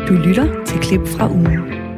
Du lytter til Klip fra ugen.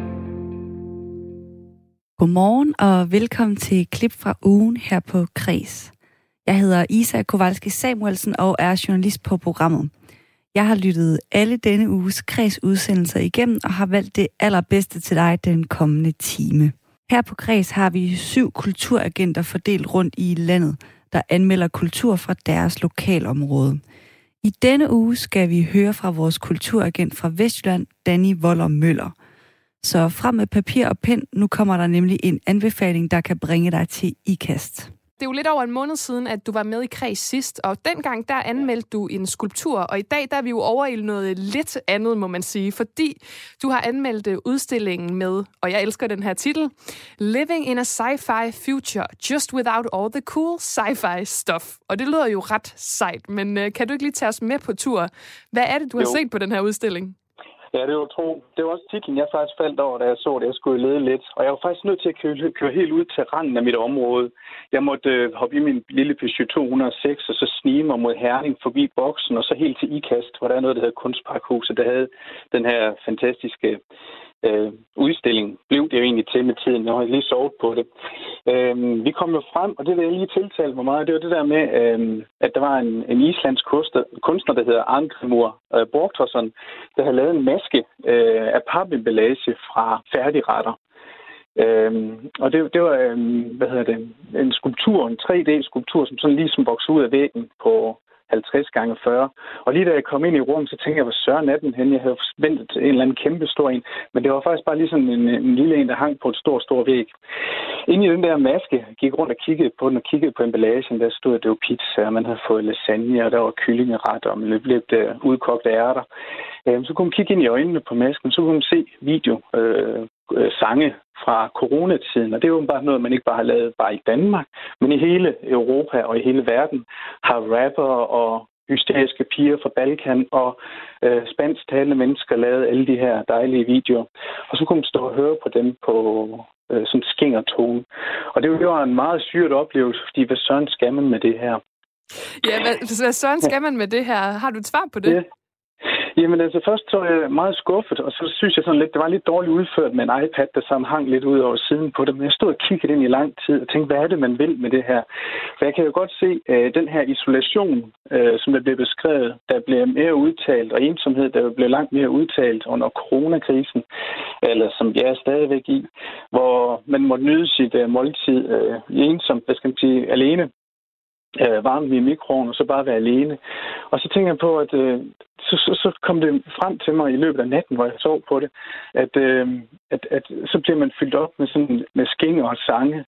Godmorgen og velkommen til Klip fra ugen her på Kres. Jeg hedder Isa Kowalski Samuelsen og er journalist på programmet. Jeg har lyttet alle denne uges Kres-udsendelser igennem og har valgt det allerbedste til dig den kommende time. Her på Kres har vi 7 kulturagenter fordelt rundt i landet, der anmelder kultur fra deres lokalområde. I denne uge skal vi høre fra vores kulturagent fra Vestjylland, Danny Voller Møller. Så frem med papir og pen, nu kommer der nemlig en anbefaling, der kan bringe dig til ikast. Det er jo lidt over en måned siden, at du var med i Kres sidst, og dengang der anmeldte du en skulptur, og i dag der er vi jo over i noget lidt andet, må man sige, fordi du har anmeldt udstillingen med, og jeg elsker den her titel, Living in a Sci-Fi Future, Just Without All the Cool Sci-Fi Stuff. Og det lyder jo ret sejt, men kan du ikke lige tage os med på tur? Hvad er det, du har set på den her udstilling? Ja, det var tro. Det var også titlen, jeg faktisk faldt over, da jeg så det. Jeg skulle lede lidt. Og jeg var faktisk nødt til at køre helt ud til randen af mit område. Jeg måtte hoppe i min lille Peugeot 206 og så snige mig mod Herning forbi Boksen og så helt til Ikast, hvor der er noget, der hedder Kunstparkhuset, der havde den her fantastiske udstilling. Blev det jo egentlig til med tiden. Jeg har lige sovet på det. Vi kom jo frem, og det vil jeg lige tiltale mig meget. Det var det der med, at der var en islandsk kunstner, der hedder Arngrimur Borgthorson, der havde lavet en maske af papemballage fra færdigretter. Og det var en skulptur, en 3D-skulptur, som sådan ligesom voksede ud af væggen på 50x40. Og lige da jeg kom ind i rummet, så tænkte jeg, hvor søren er den henne? Jeg havde ventet en eller anden kæmpe stor en, men det var faktisk bare lige sådan en lille en, der hang på et stor væg. Inde i den der maske, gik rundt og kiggede på den og kiggede på emballagen, der stod, at det var pizza, og man havde fået lasagne, og der var kyllingeret, og man blev udkogte ærter. Så kunne man kigge ind i øjnene på masken, så kunne man se sange fra coronatiden, og det er jo bare noget, man ikke bare har lavet bare i Danmark, men i hele Europa og i hele verden har rapper og hysteriske piger fra Balkan og spansktalende mennesker lavet alle de her dejlige videoer. Og så kunne man stå og høre på dem på sådan skængertone. Og det var en meget syret oplevelse, fordi hvad søren skal man med det her? Ja, hvad søren skal man med det her? Har du et svar på det? Ja. Jamen altså, først så var jeg meget skuffet, og så synes jeg sådan lidt, det var lidt dårligt udført med en iPad, der sammen hang lidt ud over siden på det. Men jeg stod og kiggede ind i lang tid og tænkte, hvad er det, man vil med det her? For jeg kan jo godt se den her isolation, som der blev beskrevet, der blev mere udtalt, og ensomhed, der blev langt mere udtalt under coronakrisen, eller som jeg er stadigvæk i, hvor man måtte nyde sit måltid ensomt, alene. Varme i mikroen og så bare være alene. Og så tænker jeg på, at så kom det frem til mig i løbet af natten, hvor jeg sov på det, at så bliver man fyldt op med skænger og sange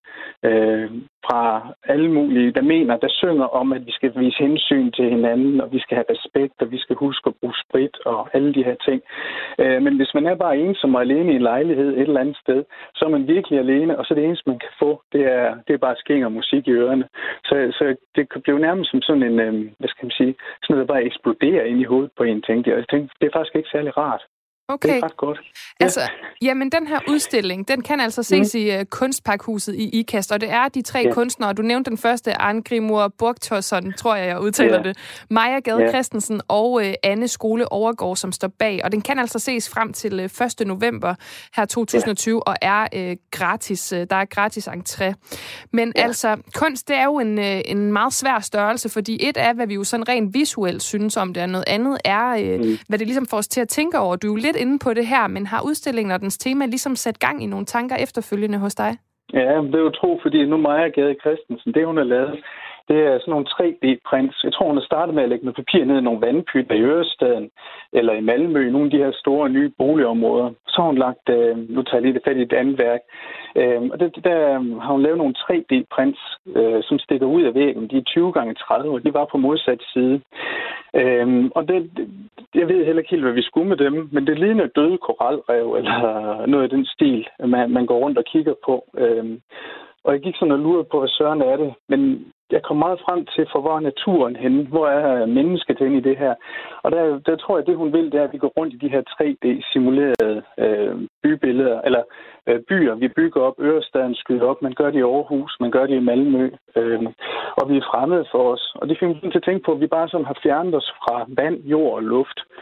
fra alle mulige, der synger om, at vi skal vise hensyn til hinanden, og vi skal have respekt, og vi skal huske at bruge sprit og alle de her ting. Men hvis man er bare ensom og alene i en lejlighed et eller andet sted, så er man virkelig alene, og så det eneste, man kan få, det er bare skænger og musik i ørerne. Så det kan blive nærmest som sådan en, sådan noget, der bare eksploderer ind i hovedet på en, tænkte jeg. Jeg tænkte, det er faktisk ikke særlig rart. Okay. Det er ret godt. Ja. Altså, jamen den her udstilling, den kan altså ses i Kunstparkhuset i Ikast, og det er de 3 kunstnere. Du nævnte den første, Arngrimur Borgthorson, tror jeg udtaler det. Maja Gade Christensen og Anne Skole Overgaard, som står bag. Og den kan altså ses frem til 1. november her 2020, og er gratis. Der er gratis entré. Men altså, kunst, det er jo en meget svær størrelse, fordi et er, hvad vi jo sådan rent visuelt synes om det, og noget andet er, hvad det ligesom får os til at tænke over. Du er jo lidt inde på det her, men har udstillingen og dens tema ligesom sat gang i nogle tanker efterfølgende hos dig? Ja, det er jo tro, fordi nu Maja Gade Christensen, det hun har lavet, det er sådan nogle 3D-prints. Jeg tror, hun har startet med at lægge noget papir ned i nogle vandpytter i Ørestaden, eller i Malmø, nogle af de her store nye boligområder. Så har hun lagt, nu tager jeg lige det fat i et andet værk, og der har hun lavet nogle 3D-prints, som stikker ud af væggen. De er 20x30, og de var på modsat side. Og jeg ved heller ikke helt, hvad vi skulle med dem, men det ligner døde koralrev, eller noget af den stil, man går rundt og kigger på. Og jeg gik sådan og lurede på, hvad søren er det, men jeg kom meget frem til, for hvor er naturen henne? Hvor er mennesket henne i det her? Og der tror jeg, at det hun vil, det er, at vi går rundt i de her 3D-simulerede bybilleder, eller byer. Vi bygger op, Ørestaden skyder op, man gør det i Aarhus, man gør det i Malmø, og vi er fremmede for os. Og det fik mig til at tænke på, at vi bare sådan har fjernet os fra vand, jord og luft.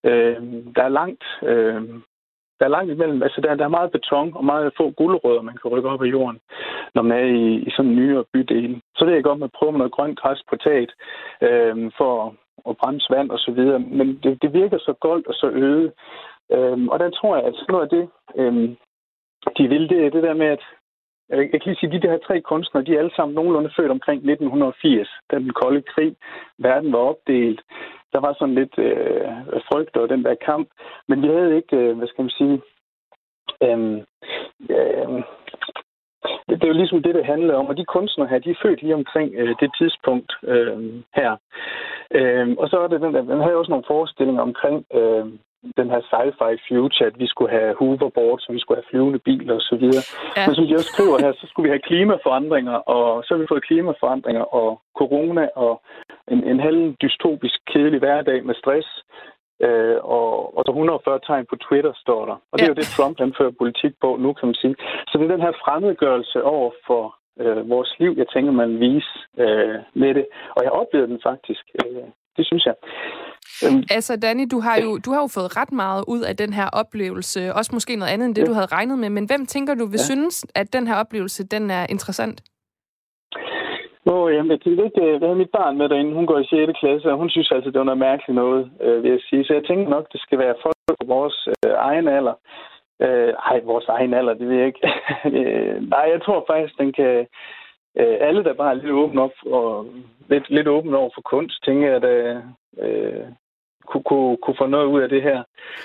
Der er langt imellem. Altså, der er meget beton og meget få gulerødder, man kan rykke op af jorden, når man er i sådan en nyere bydel. Så det er godt med at prøve med noget grønt græs på taget for at bremse vand og så videre. Men det virker så goldt og så øde. Og der tror jeg, at noget af det, de vil, det er det der med, at jeg kan lige sige, at de her 3 kunstnere, de er alle sammen nogenlunde født omkring 1980, da den kolde krig, verden var opdelt. Der var sådan lidt frygt over den der kamp, men vi havde ikke, hvad skal man sige, det er jo ligesom det handler om, og de kunstnere her, de er født lige omkring det tidspunkt her. Og så er det den der, man havde også nogle forestillinger omkring den her sci-fi future, at vi skulle have hoverboards, så vi skulle have flyvende biler og så videre. Ja. Men som de også skriver her, så skulle vi have klimaforandringer, og så har vi fået klimaforandringer og corona og en halv dystopisk kedelig hverdag med stress. Og så 140 tegn på Twitter står der. Og det er jo det, Trump anfører politik på nu, kan man sige. Så det er den her fremmedgørelse over for vores liv, jeg tænker, man vil vise med det. Og jeg oplevede den faktisk. Det synes jeg. Altså, Danny, du har jo fået ret meget ud af den her oplevelse. Også måske noget andet end det, du havde regnet med. Men hvem tænker du vil synes, at den her oplevelse, den er interessant? Jamen, jeg havde mit barn med derinde. Hun går i 6. klasse, og hun synes altså, det var noget mærkeligt noget, vil jeg sige. Så jeg tænker nok, det skal være folk på vores egen alder. Vores egen alder, det ved jeg ikke. Nej, jeg tror faktisk, den kan... alle, der bare er lidt åbne op og lidt åbne over for kunst, tænker jeg, at kunne få noget ud af det her.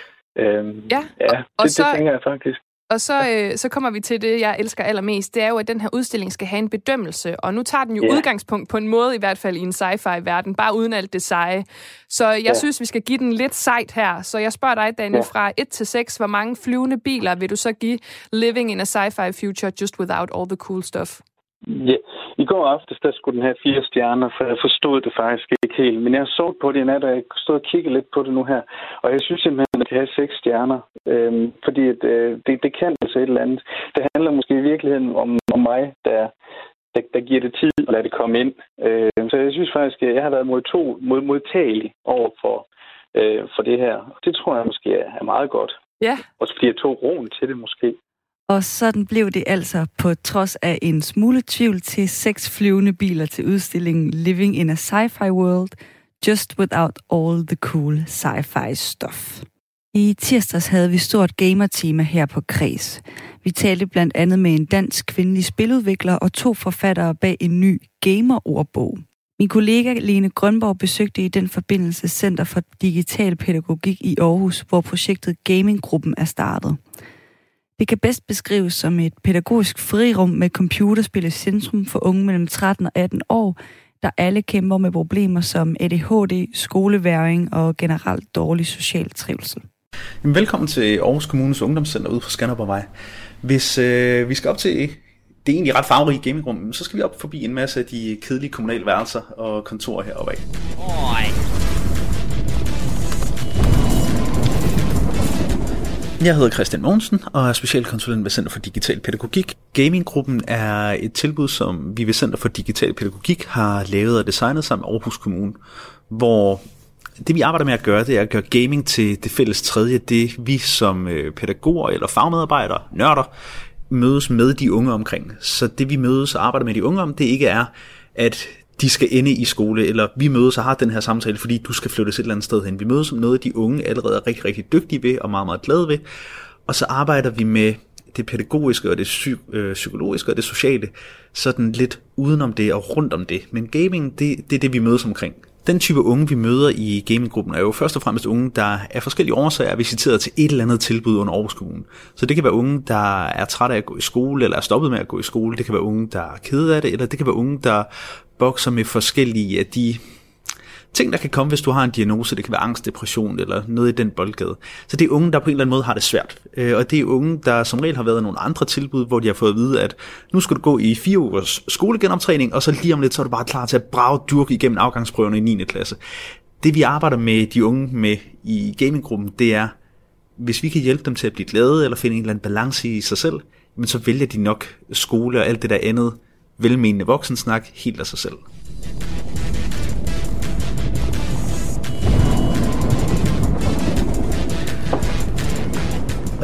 Det tænker jeg faktisk. Og så kommer vi til det, jeg elsker allermest. Det er jo, at den her udstilling skal have en bedømmelse. Og nu tager den jo udgangspunkt på en måde, i hvert fald i en sci-fi-verden, bare uden alt det seje. Så jeg synes, vi skal give den lidt sejt her. Så jeg spørger dig, Danny, fra 1 til 6, hvor mange flyvende biler vil du så give Living in a Sci-Fi Future Just Without All the Cool Stuff? Ja, i går aftes, der skulle den have 4 stjerner, for jeg forstod det faktisk ikke helt. Men jeg har sovet på det i nat, og jeg stod og kiggede lidt på det nu her. Og jeg synes simpelthen, at det kan have 6 stjerner. Fordi det kan altså et eller andet. Det handler måske i virkeligheden om mig, der giver det tid og lader det komme ind. Så jeg synes faktisk, at jeg har været modtagelig over for det her. Det tror jeg måske er meget godt. Ja. Og så bliver 2 roen til det måske. Og sådan blev det altså på trods af en smule tvivl til 6 flyvende biler til udstillingen Living in a Sci-Fi World, Just Without All the Cool Sci-Fi Stuff. I tirsdags havde vi stort gamer-tema her på Kreds. Vi talte blandt andet med en dansk kvindelig spiludvikler og 2 forfattere bag en ny gamer-ordbog. Min kollega Lene Grønborg besøgte i den forbindelse Center for Digital Pædagogik i Aarhus, hvor projektet Gaminggruppen er startet. Det kan bedst beskrives som et pædagogisk frirum med computerspil i centrum for unge mellem 13 og 18 år, der alle kæmper med problemer som ADHD, skolevægring og generelt dårlig social trivsel. Velkommen til Aarhus Kommunes Ungdomscenter ude på Skanderborgvej. Hvis vi skal op til det egentlig ret farverige gaminggruppen, så skal vi op forbi en masse af de kedelige kommunale værelser og kontorer heroppe af. Jeg hedder Christian Mogensen og er specialkonsulent ved Center for Digital Pædagogik. Gaminggruppen er et tilbud, som vi ved Center for Digital Pædagogik har lavet og designet sammen med Aarhus Kommune, hvor det vi arbejder med at gøre, det er at gøre gaming til det fælles tredje, det vi som pædagoger eller fagmedarbejdere, nørder, mødes med de unge omkring. Så det vi mødes og arbejder med de unge om, det ikke er, at de skal ende i skole, eller vi mødes og har den her samtale, fordi du skal flyttes et eller andet sted hen. Vi mødes som noget, de unge allerede er rigtig, rigtig dygtige ved og meget, meget glade ved. Og så arbejder vi med det pædagogiske og det psykologiske og det sociale, sådan lidt udenom det og rundt om det. Men gaming, det er det, vi mødes omkring. Den type unge, vi møder i gaminggruppen, er jo først og fremmest unge, der af forskellige årsager er visiteret til et eller andet tilbud under Aarhus Kommune. Så det kan være unge, der er trætte af at gå i skole, eller er stoppet med at gå i skole. Det kan være unge, der er kede af det, eller det kan være unge, der bokser med forskellige af de ting, der kan komme, hvis du har en diagnose. Det kan være angst, depression eller noget i den boldgade. Så det er unge, der på en eller anden måde har det svært. Og det er unge, der som regel har været i nogle andre tilbud, hvor de har fået at vide, at nu skal du gå i 4 ugers skolegenoptræning, og så lige om lidt, så er du bare klar til at brage durk igennem afgangsprøverne i 9. klasse. Det vi arbejder med de unge med i gaminggruppen, det er, hvis vi kan hjælpe dem til at blive glade eller finde en eller anden balance i sig selv, men så vælger de nok skole og alt det der andet velmenende voksensnak helt af sig selv.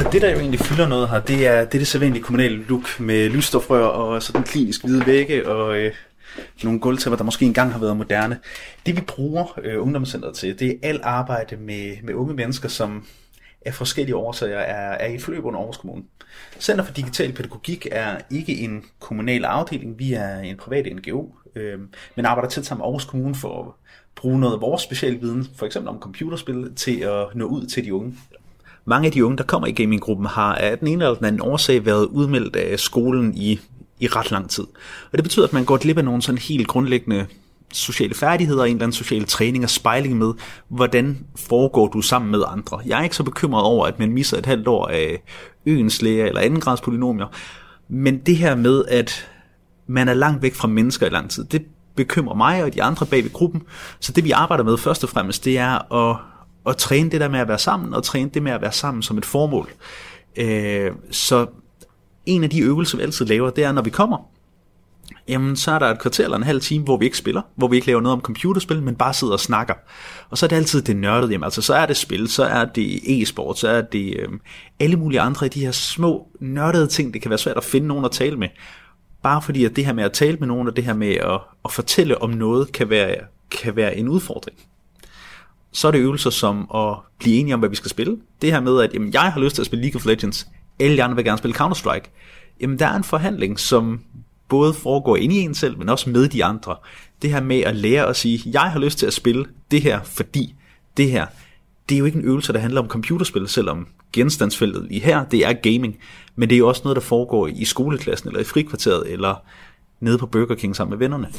Det, der jo egentlig fylder noget her, det er det sædvanlige kommunale look med lysstofrør og sådan klinisk hvide vægge og nogle gulvtæpper, der måske engang har været moderne. Det, vi bruger ungdomscentret til, det er alt arbejde med unge mennesker, som af forskellige årsager er i et forløb under Aarhus Kommune. Center for Digital Pædagogik er ikke en kommunal afdeling, vi er en privat NGO, men arbejder tæt sammen med Aarhus Kommune for at bruge noget af vores specialviden, for eksempel om computerspil, til at nå ud til de unge. Mange af de unge, der kommer i gaminggruppen, har af den ene eller den anden årsag været udmeldt af skolen i ret lang tid. Og det betyder, at man går glip af nogle sådan helt grundlæggende sociale færdigheder og en eller anden social træning og spejling med, hvordan foregår du sammen med andre. Jeg er ikke så bekymret over, at man misser et halvt år af øens læger eller andengrads polynomier, men det her med, at man er langt væk fra mennesker i lang tid, det bekymrer mig og de andre bag ved gruppen. Så det vi arbejder med først og fremmest, det er at træne det der med at være sammen, og træne det med at være sammen som et formål. Så en af de øvelser, vi altid laver, det er, når vi kommer, jamen så er der et kvarter eller en halv time, hvor vi ikke spiller, hvor vi ikke laver noget om computerspil, men bare sidder og snakker. Og så er det altid det nørdede, jamen altså så er det spil, så er det e-sport, så er det alle mulige andre af de her små nørdede ting, det kan være svært at finde nogen at tale med. Bare fordi at det her med at tale med nogen, og det her med at fortælle om noget, kan være en udfordring. Så er det øvelser som at blive enige om, hvad vi skal spille. Det her med, at jamen, jeg har lyst til at spille League of Legends, alle de andre vil gerne spille Counter-Strike. Jamen der er en forhandling, som både foregår inde i en selv, men også med de andre. Det her med at lære at sige, jeg har lyst til at spille det her, fordi det her, det er jo ikke en øvelse, der handler om computerspil, selvom genstandsfeltet lige her, det er gaming. Men det er jo også noget, der foregår i skoleklassen, eller i frikvarteret, eller nede på Burger King sammen med vennerne.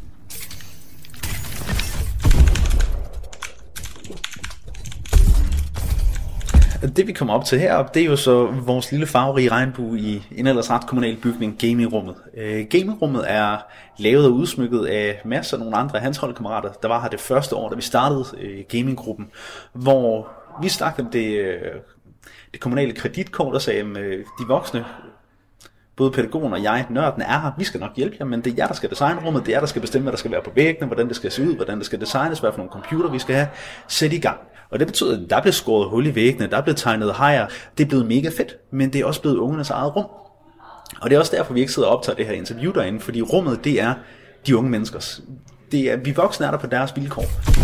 Det vi kommer op til heroppe, det er jo så vores lille farverige regnbue i en ellers ret kommunal bygning, gamingrummet. Gamingrummet er lavet og udsmykket af masser af nogle andre af hans holdkammerater, der var her det første år, da vi startede gaminggruppen, hvor vi snakkede om det kommunale kreditkort og sagde, de voksne, både pædagogen og jeg, nørden er her, vi skal nok hjælpe jer, men det er jer, der skal designe rummet, det er jer, der skal bestemme, hvad der skal være på væggene, hvordan det skal se ud, hvordan det skal designes, hvad for nogle computer vi skal have, sæt i gang. Og det betyder, at der blev skåret hul i væggene, der blev tegnet hejer, det er blevet mega fedt, men det er også blevet ungernes eget rum. Og det er også derfor, vi ikke sidder og optager det her interview derinde, fordi rummet, det er de unge menneskers. Det er, vi voksne er der på deres vilkår.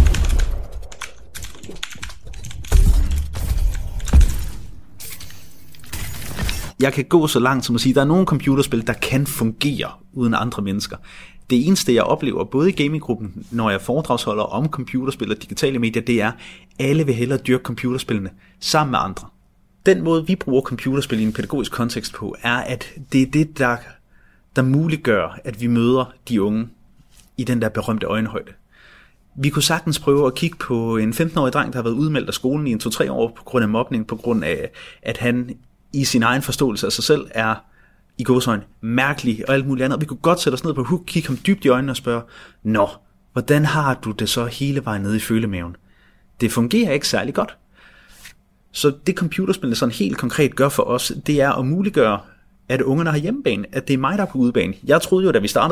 Jeg kan gå så langt som at sige, at der er nogle computerspil, der kan fungere uden andre mennesker. Det eneste, jeg oplever, både i gaminggruppen, når jeg foredragsholder om computerspil og digitale medier, det er, at alle vil hellere dyrke computerspillene sammen med andre. Den måde, vi bruger computerspil i en pædagogisk kontekst på, er, at det er det, der muliggør, at vi møder de unge i den der berømte øjenhøjde. Vi kunne sagtens prøve at kigge på en 15-årig dreng, der har været udmeldt af skolen i en 2-3 år på grund af mobning, på grund af, at han i sin egen forståelse af sig selv er i gåseøjne mærkelig og alt muligt andet. Og vi kunne godt sætte os ned på hook, kigge ham dybt i øjnene og spørge, nå, hvordan har du det så hele vejen nede i følemaven? Det fungerer ikke særlig godt. Så det computerspillene sådan helt konkret gør for os, det er at muliggøre, at ungerne har hjemmebane, at det er mig, der er på udebane. Jeg troede jo,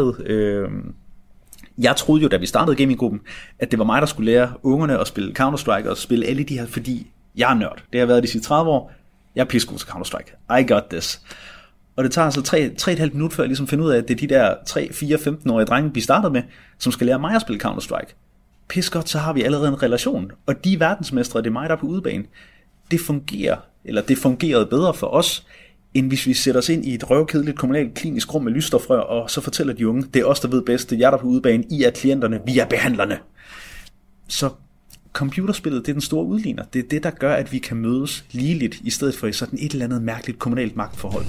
da vi startede gaminggruppen, at det var mig, der skulle lære ungerne at spille Counter-Strike og spille alle de her, fordi jeg er nørd. Det har været de sidste 30 år. Jeg er pissegod til Counter-Strike. I got this. Og det tager altså 3,5 minutter, før jeg ligesom finder ud af, at det er de der 3, 4, 15-årige drenge, vi startede med, som skal lære mig at spille Counter-Strike. Pis godt, så har vi allerede en relation. Og de verdensmestre, det er mig, der er på udebane. Det fungerede bedre for os, end hvis vi sætter os ind i et røvkedeligt kommunalt klinisk rum med lysstofrør, og så fortæller de unge, det er os, der ved bedst, det er jer, der er på udebane, I er klienterne, vi er behandlerne. Så computerspillet, det er den store udligner. Det er det, der gør, at vi kan mødes ligeligt, i stedet for i sådan et eller andet mærkeligt kommunalt magtforhold.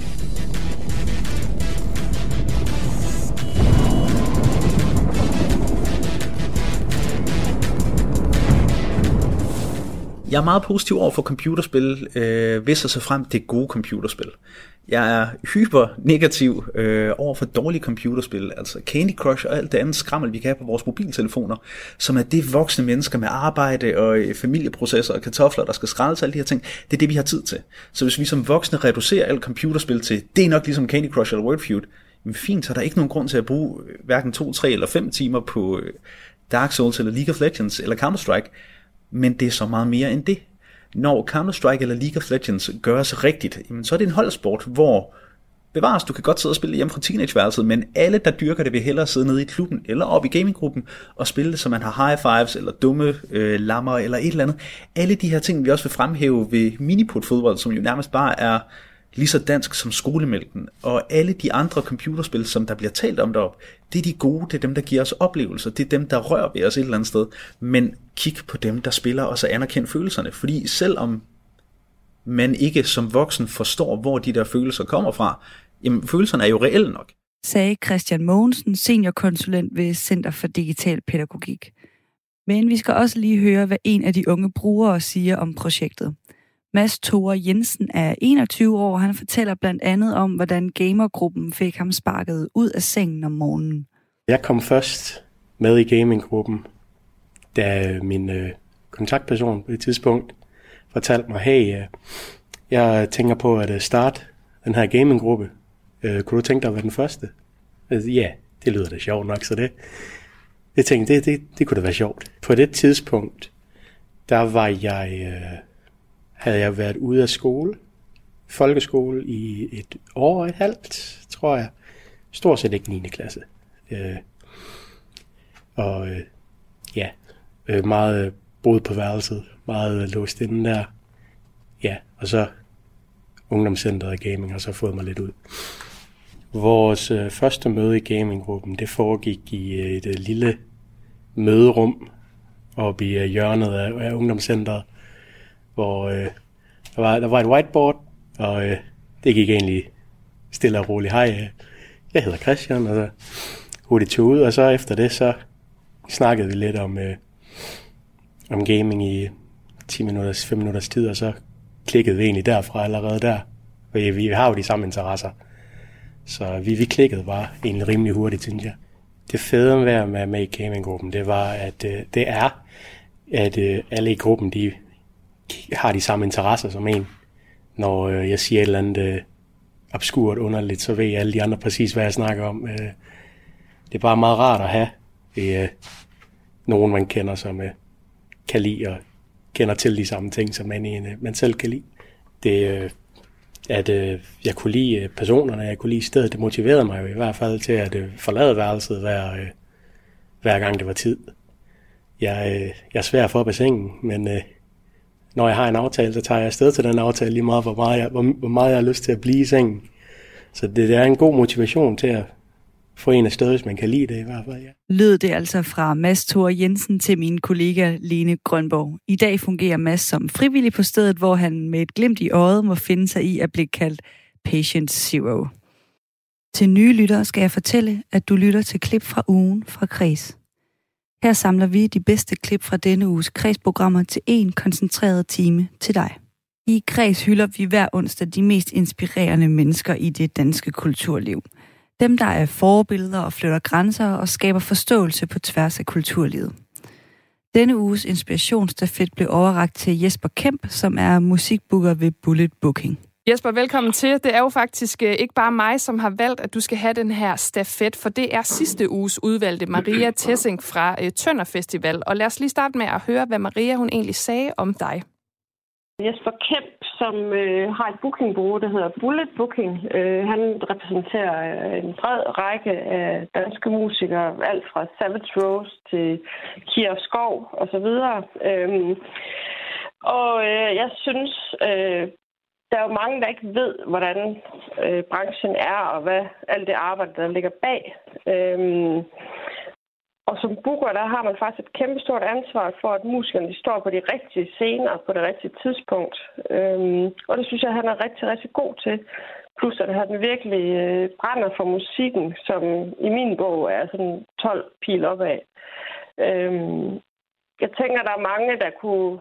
Jeg er meget positiv over for computerspil, hvis og så frem det er gode computerspil. Jeg er hyper negativ over for dårlige computerspil, altså Candy Crush og alt det andet skrammel, vi kan have på vores mobiltelefoner, som er det voksne mennesker med arbejde og familieprocesser og kartofler, der skal skraldes, alle de her ting. Det er det, vi har tid til. Så hvis vi som voksne reducerer alt computerspil til, det er nok ligesom Candy Crush eller Word Feud, men fint, så er der ikke nogen grund til at bruge hverken 2, 3 eller 5 timer på Dark Souls eller League of Legends eller Counter-Strike, men det er så meget mere end det. Når Counter-Strike eller League of Legends gøres rigtigt, jamen, så er det en holdsport, hvor bevares, du kan godt sidde og spille hjemme fra teenageværelset, men alle, der dyrker det, vil hellere sidde nede i klubben eller op i gaminggruppen og spille det, så man har high fives eller dumme lammer eller et eller andet. Alle de her ting, vi også vil fremhæve ved miniput-fodbold, som jo nærmest bare er lige så dansk som skolemælken. Og alle de andre computerspil, som der bliver talt om deroppe, det er de gode, det er dem, der giver os oplevelser, det er dem, der rører ved os et eller andet sted. Men kig på dem, der spiller, og så anerkend følelserne. Fordi selvom man ikke som voksen forstår, hvor de der følelser kommer fra, jamen følelserne er jo reelle nok. Sagde Christian Mogensen, seniorkonsulent ved Center for Digital Pædagogik. Men vi skal også lige høre, hvad en af de unge brugere siger om projektet. Mads Tore Jensen er 21 år, og han fortæller blandt andet om, hvordan gamergruppen fik ham sparket ud af sengen om morgenen. Jeg kom først med i gaminggruppen, da min kontaktperson på det tidspunkt fortalte mig, hey, jeg tænker på at starte den her gaminggruppe. Kunne du tænke dig at være den første? Ja, det lyder da sjovt nok, så det tænkte, det kunne da være sjovt. På det tidspunkt, der var havde jeg været ude af skole, folkeskole i 1 år og et halvt, tror jeg. Stort set ikke 9. klasse. Meget boede på værelset, meget låst inde der. Ja, og så ungdomscenteret og gaming, og så fået mig lidt ud. Vores første møde i gaminggruppen, det foregik i et lille møderum oppe i hjørnet af ungdomscenteret, hvor der var et whiteboard, og det gik egentlig stille og roligt. Hej, jeg hedder Christian, og så hurtigt tog ud, og så efter det, så snakkede vi lidt om gaming i 5 minutters tid, og så klikkede vi egentlig derfra allerede der. Vi har jo de samme interesser. Så vi klikkede bare egentlig rimelig hurtigt, synes jeg. Det fede ved at være med i gaminggruppen, det var, at alle i gruppen, de har de samme interesser som en. Når jeg siger et eller andet obskurt, underligt, så ved alle de andre præcis, hvad jeg snakker om. Det er bare meget rart at have nogen, man kender, som kan lide og kender til de samme ting, som man selv kan lide. Det at jeg kunne lide personerne, jeg kunne lide stedet, det motiverede mig jo i hvert fald til at forlade værelset hver gang det var tid. Jeg er svær for bassinen, men når jeg har en aftale, så tager jeg afsted til den aftale lige meget, hvor meget jeg har lyst til at blive i sengen. Så det er en god motivation til at få en afsted, hvis man kan lide det i hvert fald, ja. Lød det altså fra Mads Tore Jensen til min kollega Lene Grønborg. I dag fungerer Mads som frivillig på stedet, hvor han med et glimt i øjet må finde sig i at blive kaldt Patient Zero. Til nye lyttere skal jeg fortælle, at du lytter til klip fra ugen fra Kreds. Her samler vi de bedste klip fra denne uges Kreds-programmer til en koncentreret time til dig. I Kreds hylder vi hver onsdag de mest inspirerende mennesker i det danske kulturliv. Dem, der er forbilleder og flytter grænser og skaber forståelse på tværs af kulturlivet. Denne uges inspirationsstafet blev overrakt til Jesper Kemp, som er musikbooker ved Bullet Booking. Jesper, velkommen til. Det er jo faktisk ikke bare mig, som har valgt, at du skal have den her stafet, for det er sidste uges udvalgte Maria Tessing fra Tønder Festival. Og lad os lige starte med at høre, hvad Maria hun egentlig sagde om dig. Jesper Kemp, som har et bookingbureau, der hedder Bullet Booking. Han repræsenterer en bred række af danske musikere, alt fra Savage Rose til Kira Skov og så videre. Jeg synes, der er jo mange, der ikke ved, hvordan branchen er, og hvad alt det arbejde, der ligger bag. Og som booker, der har man faktisk et kæmpe stort ansvar for, at musikerne de står på de rigtige scener på det rigtige tidspunkt. Og det synes jeg, han er rigtig, rigtig god til. Plus at han virkelig brænder for musikken, som i min bog er sådan 12 pil opad. Jeg tænker, der er mange, der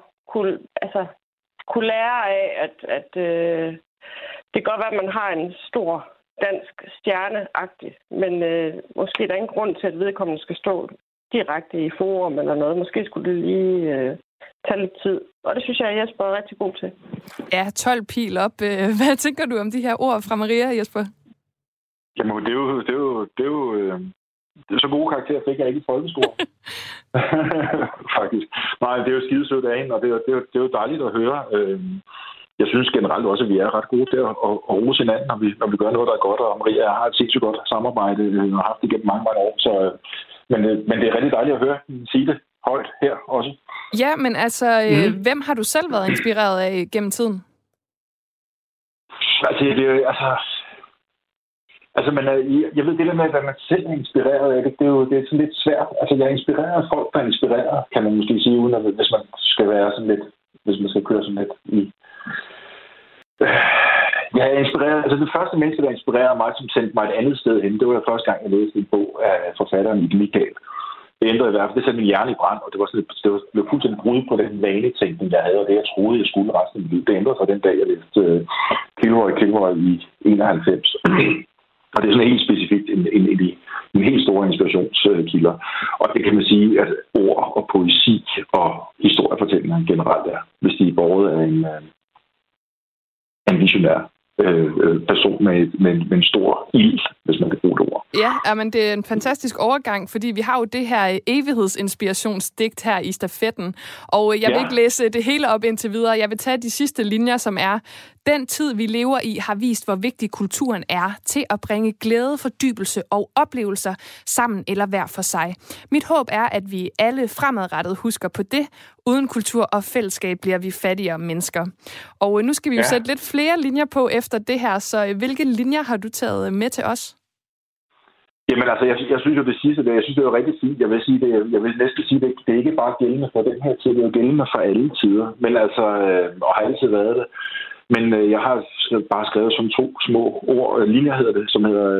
kunne lære af, at det kan godt være, at man har en stor dansk stjerneagtig, men måske der er ingen grund til, at vedkommende skal stå direkte i forum eller noget. Måske skulle det lige tage lidt tid. Og det synes jeg, Jesper er rigtig god til. Ja, 12 pil op. Hvad tænker du om de her ord fra Maria, Jesper? Jamen, det er jo så gode karakterer fik jeg ikke i folkeskolen. Faktisk. Nej, det er jo skidesødt af hende, og det er jo dejligt at høre. Jeg synes generelt også, at vi er ret gode til at rose hinanden, når vi gør noget, der er godt, og Maria har et sindssygt godt samarbejde og har haft det gennem mange år. Så, men det er rigtig dejligt at høre sige det højt her også. Ja, men altså, hvem har du selv været inspireret af gennem tiden? Jeg ved det der med, hvad man selv er inspireret af, det er sådan lidt svært. Altså, jeg er inspireret af folk, der er inspireret, kan man måske sige, uden at, hvis man skal være sådan lidt, hvis man skal køre sådan lidt i. Jeg er inspireret, altså det første menneske, der inspirerede mig, som sendte mig et andet sted hen, det var første gang, jeg læste en bog af forfatteren Mikkel Michael. Det ændrede i hvert fald, det satte min hjerne i brand, og det blev fuldstændig brud på den vanetænkning, jeg havde, og det jeg troede, jeg skulle resten af mit liv. Det ændrede sig den dag, jeg læste Kilroy i 91. Og det er sådan helt specifikt en helt store inspirationskilder. Og det kan man sige, at ord og poesi og historiefortællinger generelt er, hvis de er båret af en visionær person med en stor ild, hvis man kan bruge det ord. Ja, men det er en fantastisk overgang, fordi vi har jo det her evighedsinspirationsdigt her i stafetten, og jeg vil ikke læse det hele op indtil videre. Jeg vil tage de sidste linjer, som er: den tid, vi lever i, har vist, hvor vigtig kulturen er til at bringe glæde, fordybelse og oplevelser sammen eller hver for sig. Mit håb er, at vi alle fremadrettet husker på det. Uden kultur og fællesskab bliver vi fattigere mennesker. Og nu skal vi jo sætte lidt flere linjer på efter det her, så hvilke linjer har du taget med til os? Jamen altså, jeg synes jo det sidste, jeg synes det er rigtig fint. Jeg vil næsten sige, det er ikke bare gældende for den her tid, det er jo gældende for alle tider. Men altså, og har altid været det. Men jeg har bare skrevet som 2 små ord, linjer hedder det, som hedder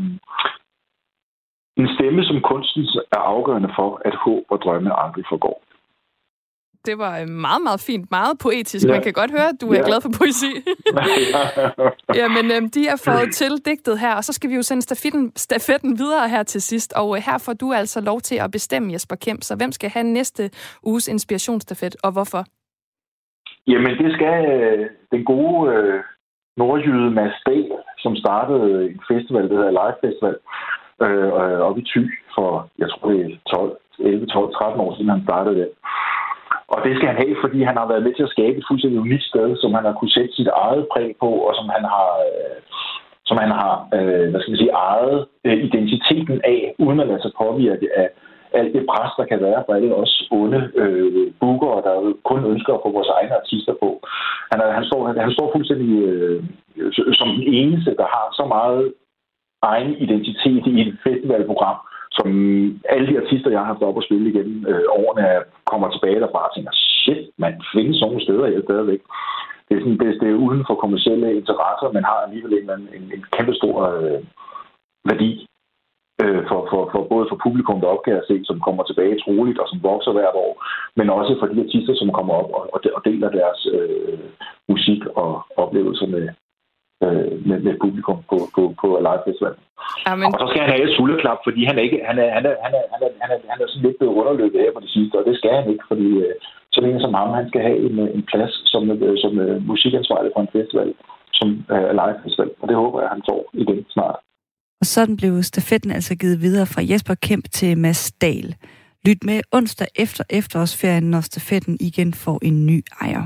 en stemme, som kunsten er afgørende for, at håb og drømme aldrig forgår. Det var meget, meget fint. Meget poetisk. Man kan godt høre, at du er glad for poesi. Jamen, de er fået til digtet her, og så skal vi jo sende stafetten videre her til sidst. Og her får du altså lov til at bestemme, Jesper Kemp. Så hvem skal have næste uges inspirationsstafet, og hvorfor? Jamen, det skal den gode nordjyde Mads Dahl, som startede en festival, der hedder Live Festival, oppe i Thy for, jeg tror det er 13 år siden, han startede det. Og det skal han have, fordi han har været med til at skabe et fuldstændig unikt sted, som han har kunne sætte sit eget præg på, og som han har ejet identiteten af, uden at lade sig påvirke af alt det pres, der kan være for alle os onde bookere, der kun ønsker at få vores egne artister på. Han står fuldstændig som den eneste, der har så meget egen identitet i et festivalprogram, som alle de artister, jeg har haft op at spille igennem årene, kommer tilbage derfra og tænker, shit, man findes sådan nogle steder her stadigvæk. Det er uden for kommercielle interesser, man har alligevel en kæmpe stor værdi for både for publikum, der opgaver at se, som kommer tilbage troligt og som vokser hvert år, men også for de artister, som kommer op og deler deres musik og oplevelser med publikum på Live Festival. Amen. Og så skal han have et sulleklap, fordi han er sådan lidt underløbet her på det sidste, og det skal han ikke, fordi så længe som ham, han skal have en plads som musikansvarlig på en festival, som Live Festival, og det håber jeg, han får igen snart. Og sådan blev stafetten altså givet videre fra Jesper Kemp til Mads Dahl. Lyt med onsdag efter efterårsferien, når stafetten igen får en ny ejer.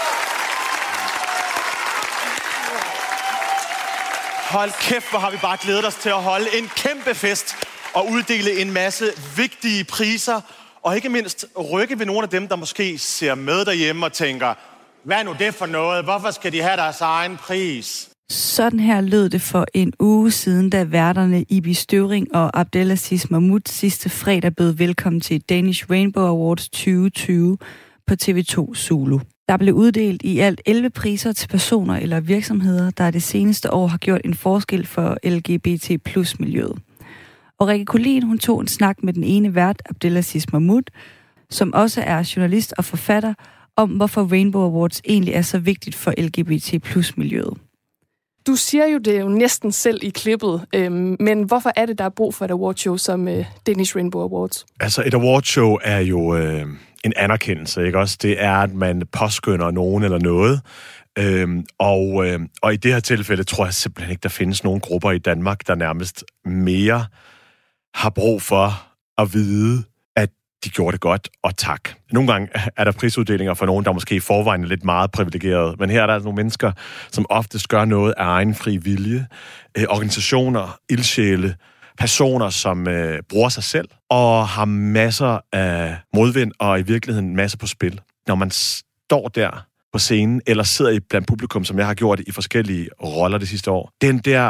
Hold kæft, hvor har vi bare glædet os til at holde en kæmpe fest og uddele en masse vigtige priser. Og ikke mindst rykke ved nogle af dem, der måske ser med derhjemme og tænker, hvad er nu det for noget? Hvorfor skal de have deres egen pris? Sådan her lød det for en uge siden, da værterne Ibi Støvring og Abdelaziz Mahmoud sidste fredag bød velkommen til Danish Rainbow Awards 2020 på TV2 Zulu. Der blev uddelt i alt 11 priser til personer eller virksomheder, der det seneste år har gjort en forskel for LGBT+-miljøet. Og Rikke Collin, hun tog en snak med den ene vært, Abdelaziz Mahmoud, som også er journalist og forfatter, om hvorfor Rainbow Awards egentlig er så vigtigt for LGBT+-miljøet. Du siger jo det jo næsten selv i klippet, men hvorfor er det, der er brug for et awardshow som Danish Rainbow Awards? Altså et awardshow er jo en anerkendelse, ikke også? Det er, at man påskynder nogen eller noget. Og i det her tilfælde tror jeg simpelthen ikke, der findes nogen grupper i Danmark, der nærmest mere har brug for at vide, at de gjorde det godt, og tak. Nogle gange er der prisuddelinger for nogen, der måske i forvejen er lidt meget privilegerede, men her er der nogle mennesker, som oftest gør noget af egen fri vilje. Organisationer, ildsjæle, personer, som bruger sig selv, og har masser af modvind, og i virkeligheden masser på spil. Når man står der på scenen, eller sidder blandt publikum, som jeg har gjort i forskellige roller det sidste år, den der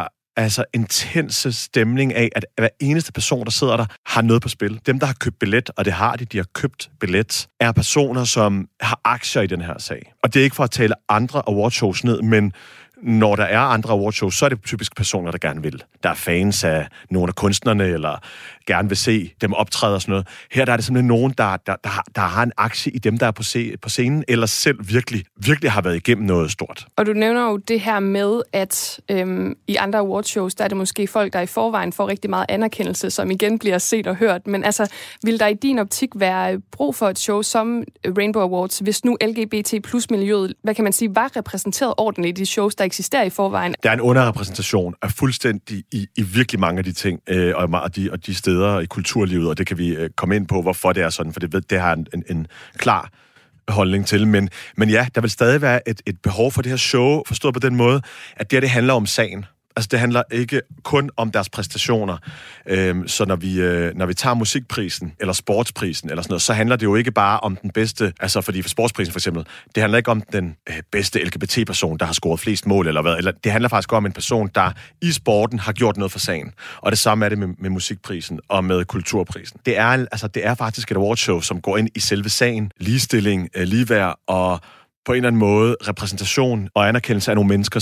intense stemning af, at hver eneste person, der sidder der, har noget på spil. Dem, der har købt billet, og det har de har købt billet, er personer, som har aktier i den her sag. Og det er ikke for at tale andre awardshows ned, men når der er andre awardshows, så er det typisk personer, der gerne vil. Der er fans af nogle af kunstnerne, eller gerne vil se dem optræde og sådan noget. Her der er det simpelthen nogen, der har en aktie i dem, der er på scenen, eller selv virkelig har været igennem noget stort. Og du nævner jo det her med, at i andre awardshows, der er det måske folk, der i forvejen får rigtig meget anerkendelse, som igen bliver set og hørt. Men altså, vil der i din optik være brug for et show som Rainbow Awards, hvis nu LGBT plus miljøet, hvad kan man sige, var repræsenteret ordentligt i de shows, der eksisterer i forvejen? Der er en underrepræsentation af fuldstændig i virkelig mange af de ting, og de steder i kulturlivet, og det kan vi komme ind på, hvorfor det er sådan, for det har en klar holdning til. Men ja, der vil stadig være et behov for det her show, forstået på den måde, at det handler om sagen. Altså, det handler ikke kun om deres præstationer. Så når vi tager musikprisen, eller sportsprisen, eller sådan noget, så handler det jo ikke bare om den bedste, altså fordi for sportsprisen for eksempel, det handler ikke om den bedste LGBT-person, der har scoret flest mål, eller hvad. Eller det handler faktisk om en person, der i sporten har gjort noget for sagen. Og det samme er det med musikprisen og med kulturprisen. Det er faktisk et awardshow, som går ind i selve sagen, ligestilling, ligeværd og på en eller anden måde repræsentation og anerkendelse af nogle mennesker,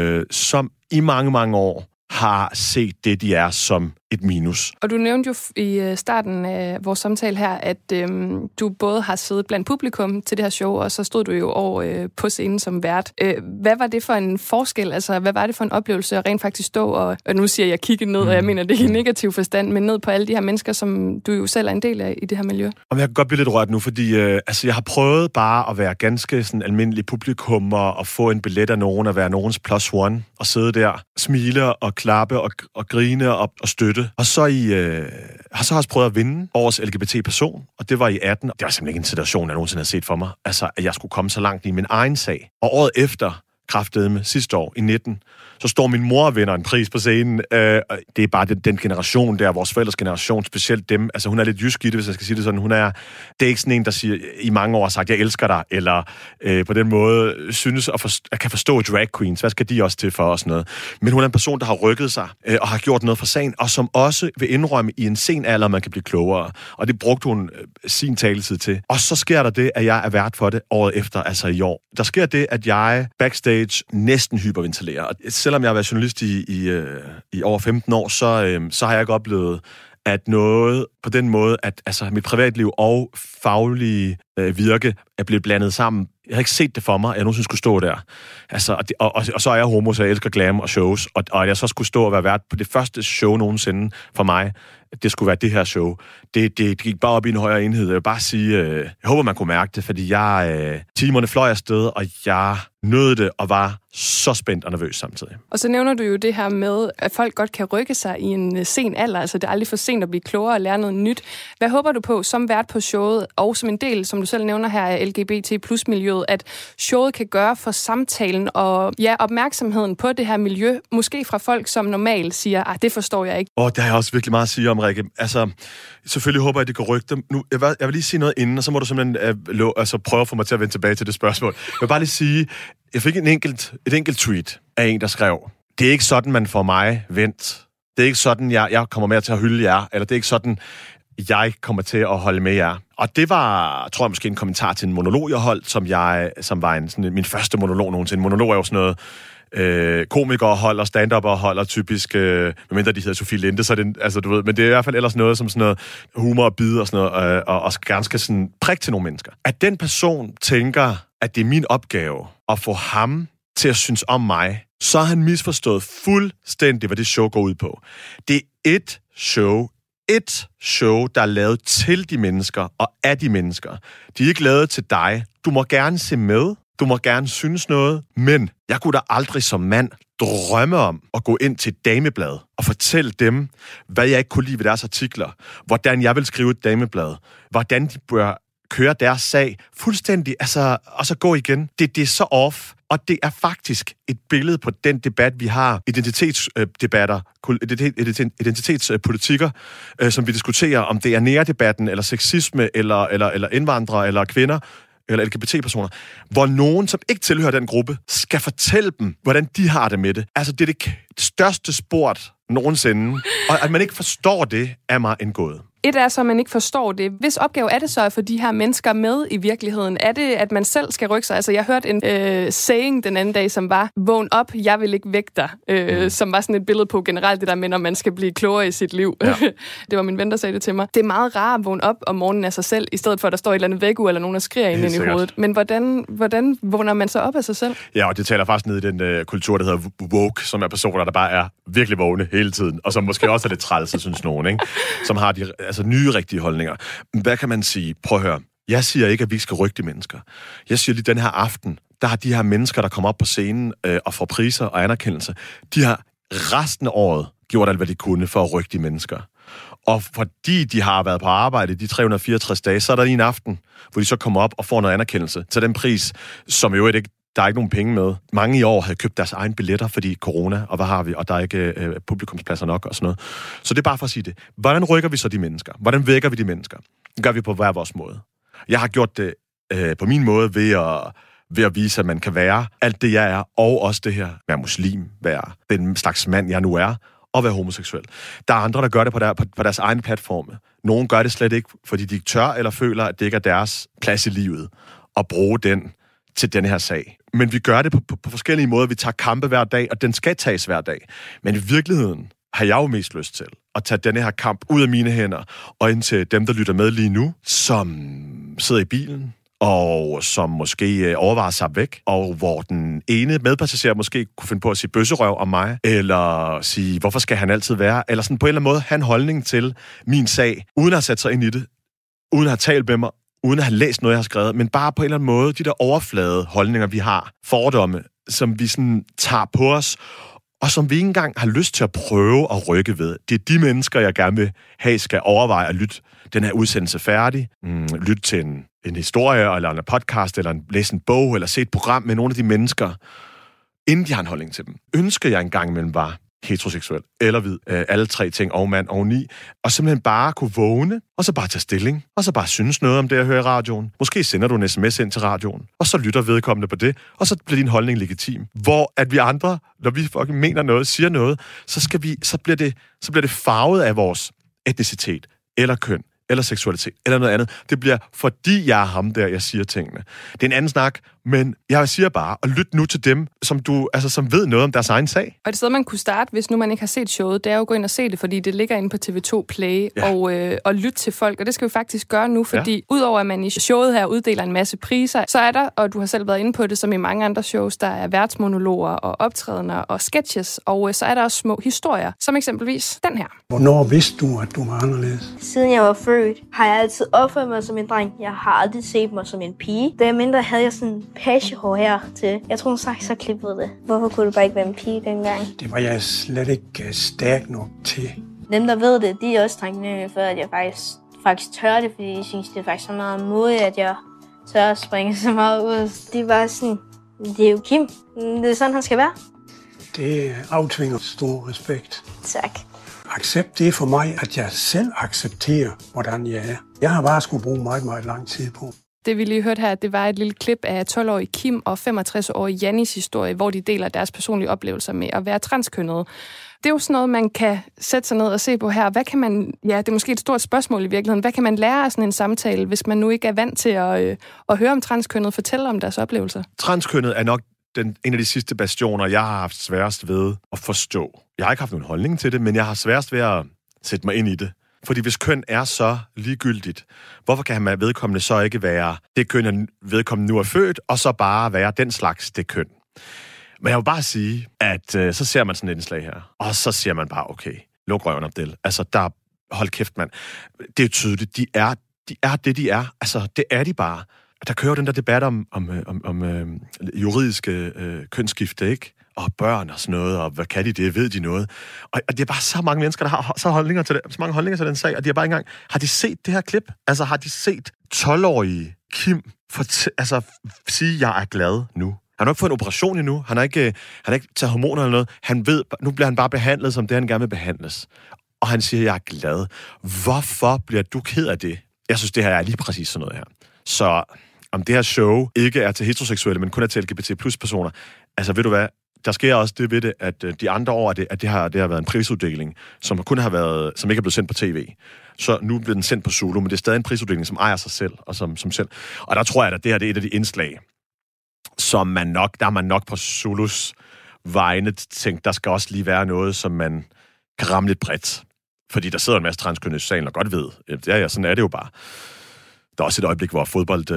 som i mange, mange år har set det, de er, som et minus. Og du nævnte jo i starten af vores samtale her, at du både har siddet blandt publikum til det her show, og så stod du jo over på scenen som vært. Hvad var det for en forskel? Altså, hvad var det for en oplevelse at rent faktisk stå og nu siger jeg kigge ned, og jeg mener det i negativ forstand, men ned på alle de her mennesker, som du jo selv er en del af i det her miljø? Og jeg kan godt blive lidt rørt nu, fordi jeg har prøvet bare at være ganske sådan almindelig publikum og få en billet af nogen, at være nogens plus one, og sidde der, smile og klappe og grine og støtte. Og så har så også prøvet at vinde årets LGBT-person, og det var i 18. Det var simpelthen ikke en situation, jeg nogensinde havde set for mig. Altså, at jeg skulle komme så langt i min egen sag. Og året efter, kraftedeme sidste år, i 19, så står min mor og vinder en pris på scenen. Det er bare den generation der, vores forældres generation, specielt dem. Altså, hun er lidt jysk i det, hvis jeg skal sige det sådan. Det er ikke sådan en, der siger, i mange år har sagt, jeg elsker dig, eller på den måde synes at kan forstå drag queens. Hvad skal de også til for os noget? Men hun er en person, der har rykket sig, og har gjort noget for sagen, og som også vil indrømme i en sen alder, man kan blive klogere. Og det brugte hun sin taletid til. Og så sker der det, at jeg er vært for det året efter, altså i år. Der sker det, at jeg backstage næsten hyperventilerer. Og selvom jeg har været journalist i over 15 år, så har jeg ikke oplevet, at noget på den måde, at altså, mit privatliv og faglige virke er blevet blandet sammen. Jeg har ikke set det for mig, at jeg nogensinde skulle stå der. Altså, og så er jeg homo, så jeg elsker glam og shows. Og at jeg så skulle stå og være vært på det første show nogensinde for mig, det skulle være det her show. Det gik bare op i en højere enhed. Jeg vil bare sige, jeg håber, man kunne mærke det, fordi timerne fløj afsted, og jeg nød det og var så spændt og nervøs samtidig. Og så nævner du jo det her med, at folk godt kan rykke sig i en sen alder. Altså, det er aldrig for sent at blive klogere og lære noget nyt. Hvad håber du på som vært på showet, og som en del, som du selv nævner her, af LGBT plus miljøet, at showet kan gøre for samtalen og opmærksomheden på det her miljø, måske fra folk, som normalt siger, det forstår jeg ikke. Det har jeg også virkelig meget at sige om, Rikke. Altså, selvfølgelig håber jeg, at det kan rykke dem. Nu, jeg vil lige sige noget inden, og så må du simpelthen prøve at få mig til at vende tilbage til det spørgsmål. Jeg vil bare lige sige, jeg fik et enkelt tweet af en, der skrev, det er ikke sådan, man får mig vendt. Det er ikke sådan, jeg kommer med til at hylde jer, eller det er ikke sådan, jeg kommer til at holde med jer. Og det var, tror jeg, måske en kommentar til en monolog, jeg holdt, som var min første monolog nogensinde. Monolog er jo sådan noget, komikere holder, stand-upper holder typisk, medmindre de hedder Sofie Linde, så det, altså du ved, men det er i hvert fald ellers noget som sådan noget humor og bid og sådan noget, og ganske sådan prik til nogle mennesker. At den person tænker, at det er min opgave at få ham til at synes om mig, så har han misforstået fuldstændig, hvad det show går ud på. Det er et show, der er lavet til de mennesker og af de mennesker. De er ikke lavet til dig. Du må gerne se med. Du må gerne synes noget, men jeg kunne da aldrig som mand drømme om at gå ind til et dameblad og fortælle dem, hvad jeg ikke kunne lide ved deres artikler, hvordan jeg vil skrive et dameblad, hvordan de bør køre deres sag fuldstændig, altså, og så gå igen. Det er så off, og det er faktisk et billede på den debat, vi har, identitetsdebatter, identitetspolitikker, som vi diskuterer, om det er næredebatten, eller sexisme, eller indvandrere, eller kvinder, eller LGBT-personer, hvor nogen, som ikke tilhører den gruppe, skal fortælle dem, hvordan de har det med det. Altså, det er det største sport nogensinde. Og at man ikke forstår det, er mig en gåde. Et er så, at man ikke forstår det. Hvis opgave er det så at få de her mennesker med i virkeligheden? Er det, at man selv skal rykke sig? Altså, jeg hørte en saying den anden dag, som var, vågn op, jeg vil ikke vække dig. Som var sådan et billede på generelt det der med, når man skal blive klogere i sit liv. Ja. Det var min ven, der sagde det til mig. Det er meget rart at vågne op om morgenen af sig selv, i stedet for, at der står et eller andet vækkeur, eller nogen, der skriger ind i hovedet. Men hvordan vågner man så op af sig selv? Ja, og det taler faktisk ned i den kultur, der hedder woke, som er personer, der bare er virkelig vågne hele tiden, og som måske også er lidt trælse, synes nogen, ikke? Som har de nye rigtige holdninger. Hvad kan man sige? Prøv at høre. Jeg siger ikke, at vi ikke skal rykke de mennesker. Jeg siger lige, den her aften, der har de her mennesker, der kommer op på scenen og får priser og anerkendelse, de har resten af året gjort alt, hvad de kunne for at rykke de mennesker. Og fordi de har været på arbejde de 364 dage, så er der lige en aften, hvor de så kommer op og får noget anerkendelse til den pris, som jo ikke der er ikke nogen penge med. Mange i år havde købt deres egen billetter, fordi corona, og hvad har vi, og der er ikke publikumspladser nok og sådan noget. Så det er bare for at sige det. Hvordan rykker vi så de mennesker? Hvordan vækker vi de mennesker? Det gør vi på hver vores måde. Jeg har gjort det på min måde ved at vise, at man kan være alt det, jeg er, og også det her, være muslim, være den slags mand, jeg nu er, og være homoseksuel. Der er andre, der gør det på deres egen platforme. Nogle gør det slet ikke, fordi de ikke tør eller føler, at det ikke er deres plads i livet at bruge den til den her sag. Men vi gør det på forskellige måder. Vi tager kampe hver dag, og den skal tages hver dag. Men i virkeligheden har jeg jo mest lyst til at tage denne her kamp ud af mine hænder, og ind til dem, der lytter med lige nu, som sidder i bilen, og som måske overvejer sig væk, og hvor den ene medpassager måske kunne finde på at sige bøsserøv om mig, eller sige, hvorfor skal han altid være, eller sådan på en eller anden måde have en holdning til min sag, uden at have sat sig ind i det, uden at have talt med mig, uden at have læst noget, jeg har skrevet, men bare på en eller anden måde, de der overflade holdninger, vi har, fordomme, som vi sådan tager på os, og som vi ikke engang har lyst til at prøve at rykke ved. Det er de mennesker, jeg gerne vil have, skal overveje at lytte den her udsendelse færdig, lytte til en historie, eller en podcast, eller læse en bog, eller se et program med nogle af de mennesker, inden de har en holdning til dem. Ønsker jeg engang imellem var heteroseksuel, eller hvid, alle tre ting, og mand, og ni, og simpelthen bare kunne vågne, og så bare tage stilling, og så bare synes noget om det, jeg hører i radioen. Måske sender du en sms ind til radioen, og så lytter vedkommende på det, og så bliver din holdning legitim. Hvor at vi andre, når vi fucking mener noget, siger noget, så bliver det farvet af vores etnicitet, eller køn, eller seksualitet, eller noget andet. Det bliver, fordi jeg er ham der, jeg siger tingene. Det er en anden snak, men jeg siger bare, og lyt nu til dem, som ved noget om deres egen sag. Og det sted, man kunne starte, hvis nu man ikke har set showet, det er jo at gå ind og se det, fordi det ligger inde på TV2 Play, og lytte til folk. Og det skal vi faktisk gøre nu, fordi udover at man i showet her uddeler en masse priser, så er der, og du har selv været inde på det, som i mange andre shows, der er værtsmonologer og optrædener og sketches, og så er der også små historier, som eksempelvis den her. Hvornår vidste du, at du var anderledes? Siden jeg var født, har jeg altid opført mig som en dreng. Jeg har aldrig set mig som en pige. Da jeg mindre havde jeg sådan pagehår her til. Jeg tror, hun sagt så klippede det. Hvorfor kunne du bare ikke være en pige dengang? Det var jeg slet ikke stærk nok til. Dem, der ved det, de er også taknemmelige for, at jeg faktisk tør det, fordi de synes, det er faktisk så meget modigt, at jeg tør at springe så meget ud. De var sådan, det er jo Kim. Det er sådan, han skal være. Det aftvinger stor respekt. Tak. Accept, det er for mig, at jeg selv accepterer, hvordan jeg er. Jeg har bare skulle bruge meget, meget lang tid på. Det vi lige hørte her, det var et lille klip af 12-årige Kim og 65-årige Jannis historie, hvor de deler deres personlige oplevelser med at være transkønnede. Det er jo sådan noget, man kan sætte sig ned og se på her. Hvad kan man, det er måske et stort spørgsmål i virkeligheden. Hvad kan man lære af sådan en samtale, hvis man nu ikke er vant til at høre om transkønnede fortælle om deres oplevelser? Transkønnet er nok en af de sidste bastioner, jeg har haft sværest ved at forstå. Jeg har ikke haft nogen holdning til det, men jeg har sværest ved at sætte mig ind i det. Fordi hvis køn er så ligegyldigt, hvorfor kan man vedkommende så ikke være det køn, vedkommende nu er født, og så bare være den slags det køn? Men jeg vil bare sige, at så ser man sådan et indslag her, og så siger man bare, okay, luk røven, Abdel. Altså, hold kæft, mand. Det er tydeligt, de er det, de er. Altså, det er de bare. Der kører den der debat om juridiske kønsskifte, ikke? og børn og sådan noget, og hvad kan de det, ved de noget? Og det er bare så mange mennesker, der har så mange holdninger til den sag, og de har bare ikke engang, har de set det her klip? Altså har de set 12-årige Kim sige, jeg er glad nu? Han har ikke fået en operation endnu, han har ikke taget hormoner eller noget, han ved, nu bliver han bare behandlet, som det han gerne vil behandles. Og han siger, jeg er glad. Hvorfor bliver du ked af det? Jeg synes, det her er lige præcis sådan noget her. Så om det her show ikke er til heteroseksuelle, men kun er til LGBT+-personer, altså ved du hvad, der sker også det ved det, at de andre år, at det har været en prisuddeling, som ikke er blevet sendt på tv. Så nu bliver den sendt på Zulu, men det er stadig en prisuddeling, som ejer sig selv, og som selv. Og der tror jeg, at det her det er et af de indslag, som man nok på Zulus vegne tænkt, der skal også lige være noget, som man kan ramme lidt bredt. Fordi der sidder en masse transkønnede i salen og godt ved. Ja, sådan er det jo bare. Der er også et øjeblik, hvor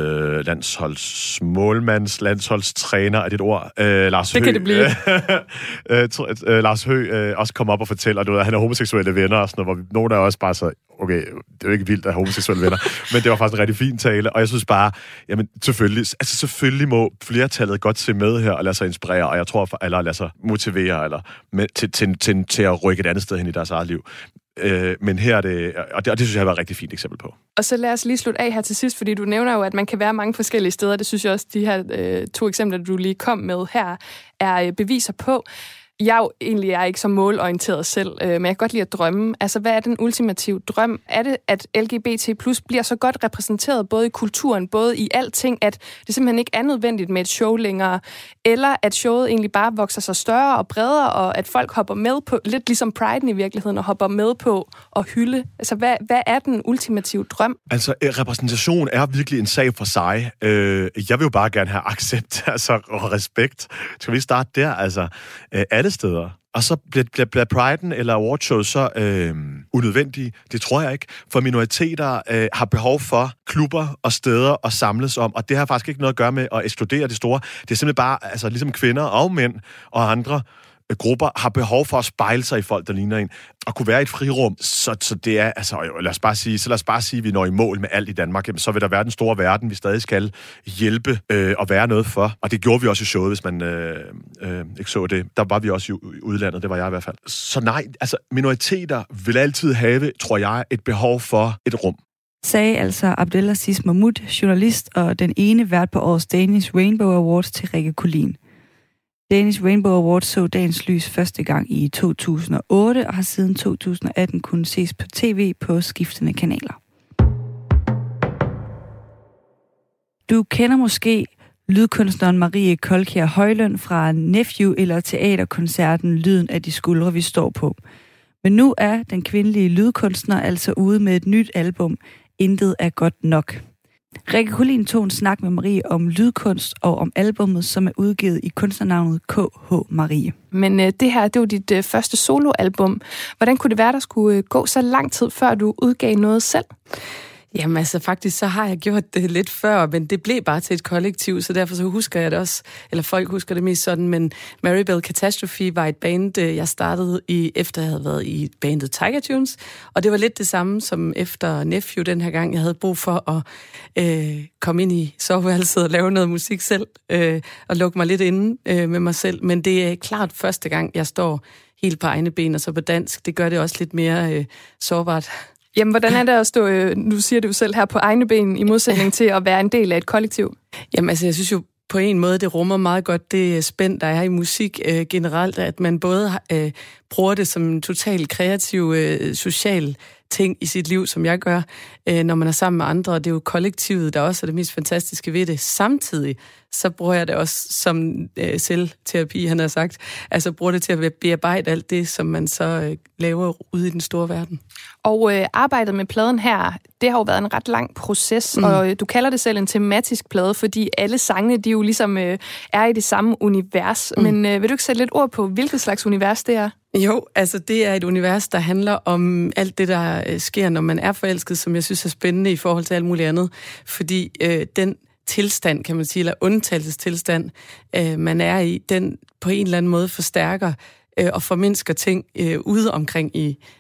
landsholdstræner, er det et ord? Lars Høgh. Det kan det blive. Lars Høgh også kommer op og fortæller, at han er homoseksuelle venner, og sådan noget, hvor nogle af os bare så, okay, det er jo ikke vildt at have homoseksuelle venner, men det var faktisk en rigtig fin tale, og jeg synes bare, jamen selvfølgelig må flertallet godt se med her og lade sig inspirere, og jeg tror, eller lade sig motivere, eller til at rykke et andet sted hen i deres eget liv. Men her er det, og det synes jeg var et rigtig fint eksempel på. Og så lad os lige slutte af her til sidst, fordi du nævner jo, at man kan være mange forskellige steder. Det synes jeg også, de her 2 eksempler, du lige kom med her, er beviser på. Jeg jo egentlig er ikke så målorienteret selv, men jeg kan godt lide at drømme. Altså, hvad er den ultimative drøm? Er det, at LGBT+ bliver så godt repræsenteret både i kulturen, både i alting, at det simpelthen ikke er nødvendigt med et show længere, eller at showet egentlig bare vokser sig større og bredere, og at folk hopper med på, lidt ligesom Pride'en i virkeligheden, og hopper med på at hylde? Altså, hvad er den ultimative drøm? Altså, repræsentation er virkelig en sag for sig. Jeg vil jo bare gerne have accept og respekt. Skal vi starte der? Altså, alle steder. Og så bliver Pride'en eller awardshow så unødvendige. Det tror jeg ikke. For minoriteter har behov for klubber og steder at samles om, og det har faktisk ikke noget at gøre med at ekskludere det store. Det er simpelthen bare, altså ligesom kvinder og mænd og andre grupper har behov for at spejle sig i folk, der ligner en, og kunne være i et frirum. Så det er, altså, lad os bare sige, at vi når i mål med alt i Danmark. Jamen, så vil der være den store verden, vi stadig skal hjælpe og være noget for. Og det gjorde vi også i showet, hvis man ikke så det. Der var vi også i udlandet, det var jeg i hvert fald. Så nej, altså minoriteter vil altid have, tror jeg, et behov for et rum. Sagde altså Abdelaziz Mahmoud, journalist og den ene vært på årets Danish Rainbow Awards til Rikke Kulin. Danish Rainbow Awards så dagens lys første gang i 2008 og har siden 2018 kunnet ses på tv på skiftende kanaler. Du kender måske lydkunstneren Marie Kolkjær Højlund fra Nephew eller teaterkoncerten Lyden af de skuldre, vi står på. Men nu er den kvindelige lydkunstner altså ude med et nyt album, Intet er godt nok. Rikke Kulin tog en snak med Marie om lydkunst og om albummet, som er udgivet i kunstnernavnet KH Marie. Men det her, det var dit første soloalbum. Hvordan kunne det være, der skulle gå så lang tid, før du udgav noget selv? Jamen altså faktisk, så har jeg gjort det lidt før, men det blev bare til et kollektiv, så derfor så husker jeg det også, eller folk husker det mest sådan, men Maribel Catastrophe var et band, jeg startede efter jeg havde været i bandet Tiger Tunes, og det var lidt det samme som efter Nephew den her gang. Jeg havde brug for at komme ind i soveværelset og lave noget musik selv, og lukke mig lidt inde med mig selv, men det er klart første gang, jeg står helt på egne ben, og så på dansk, det gør det også lidt mere sårbart. Jamen, hvordan er det at stå, nu siger du jo selv her, på egne ben, i modsætning til at være en del af et kollektiv? Jamen, altså, jeg synes jo på en måde, det rummer meget godt det spænd, der er i musik generelt, at man både bruger det som en totalt kreativ, social ting i sit liv, som jeg gør, når man er sammen med andre, og det er jo kollektivet, der også er det mest fantastiske ved det. Samtidig, så bruger jeg det også som selvterapi, han har sagt. Altså bruger det til at bearbejde alt det, som man så laver ude i den store verden. Og arbejdet med pladen her, det har jo været en ret lang proces, og du kalder det selv en tematisk plade, fordi alle sangene, de jo ligesom er i det samme univers. Men vil du ikke sætte lidt ord på, hvilket slags univers det er? Jo, altså det er et univers, der handler om alt det, der sker, når man er forelsket, som jeg synes er spændende i forhold til alt muligt andet. Fordi den tilstand, kan man sige, eller undtagelsestilstand, man er i, den på en eller anden måde forstærker og formindsker ting ude omkring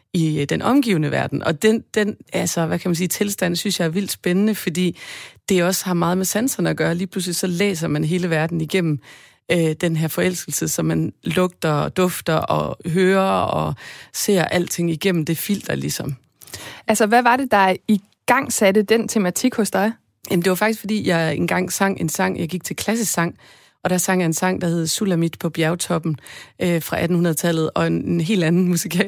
i den omgivende verden. Og den altså, hvad kan man sige, tilstand, synes jeg er vildt spændende, fordi det også har meget med sanserne at gøre. Lige pludselig så læser man hele verden igennem den her forelskelse, som man lugter og dufter og hører og ser alting igennem det filter ligesom. Altså, hvad var det, der i gang satte den tematik hos dig? Jamen, det var faktisk, fordi jeg engang sang en sang, jeg gik til klassisk sang, og der sang jeg en sang, der hed Sulamit på bjergtoppen fra 1800-tallet, og en helt anden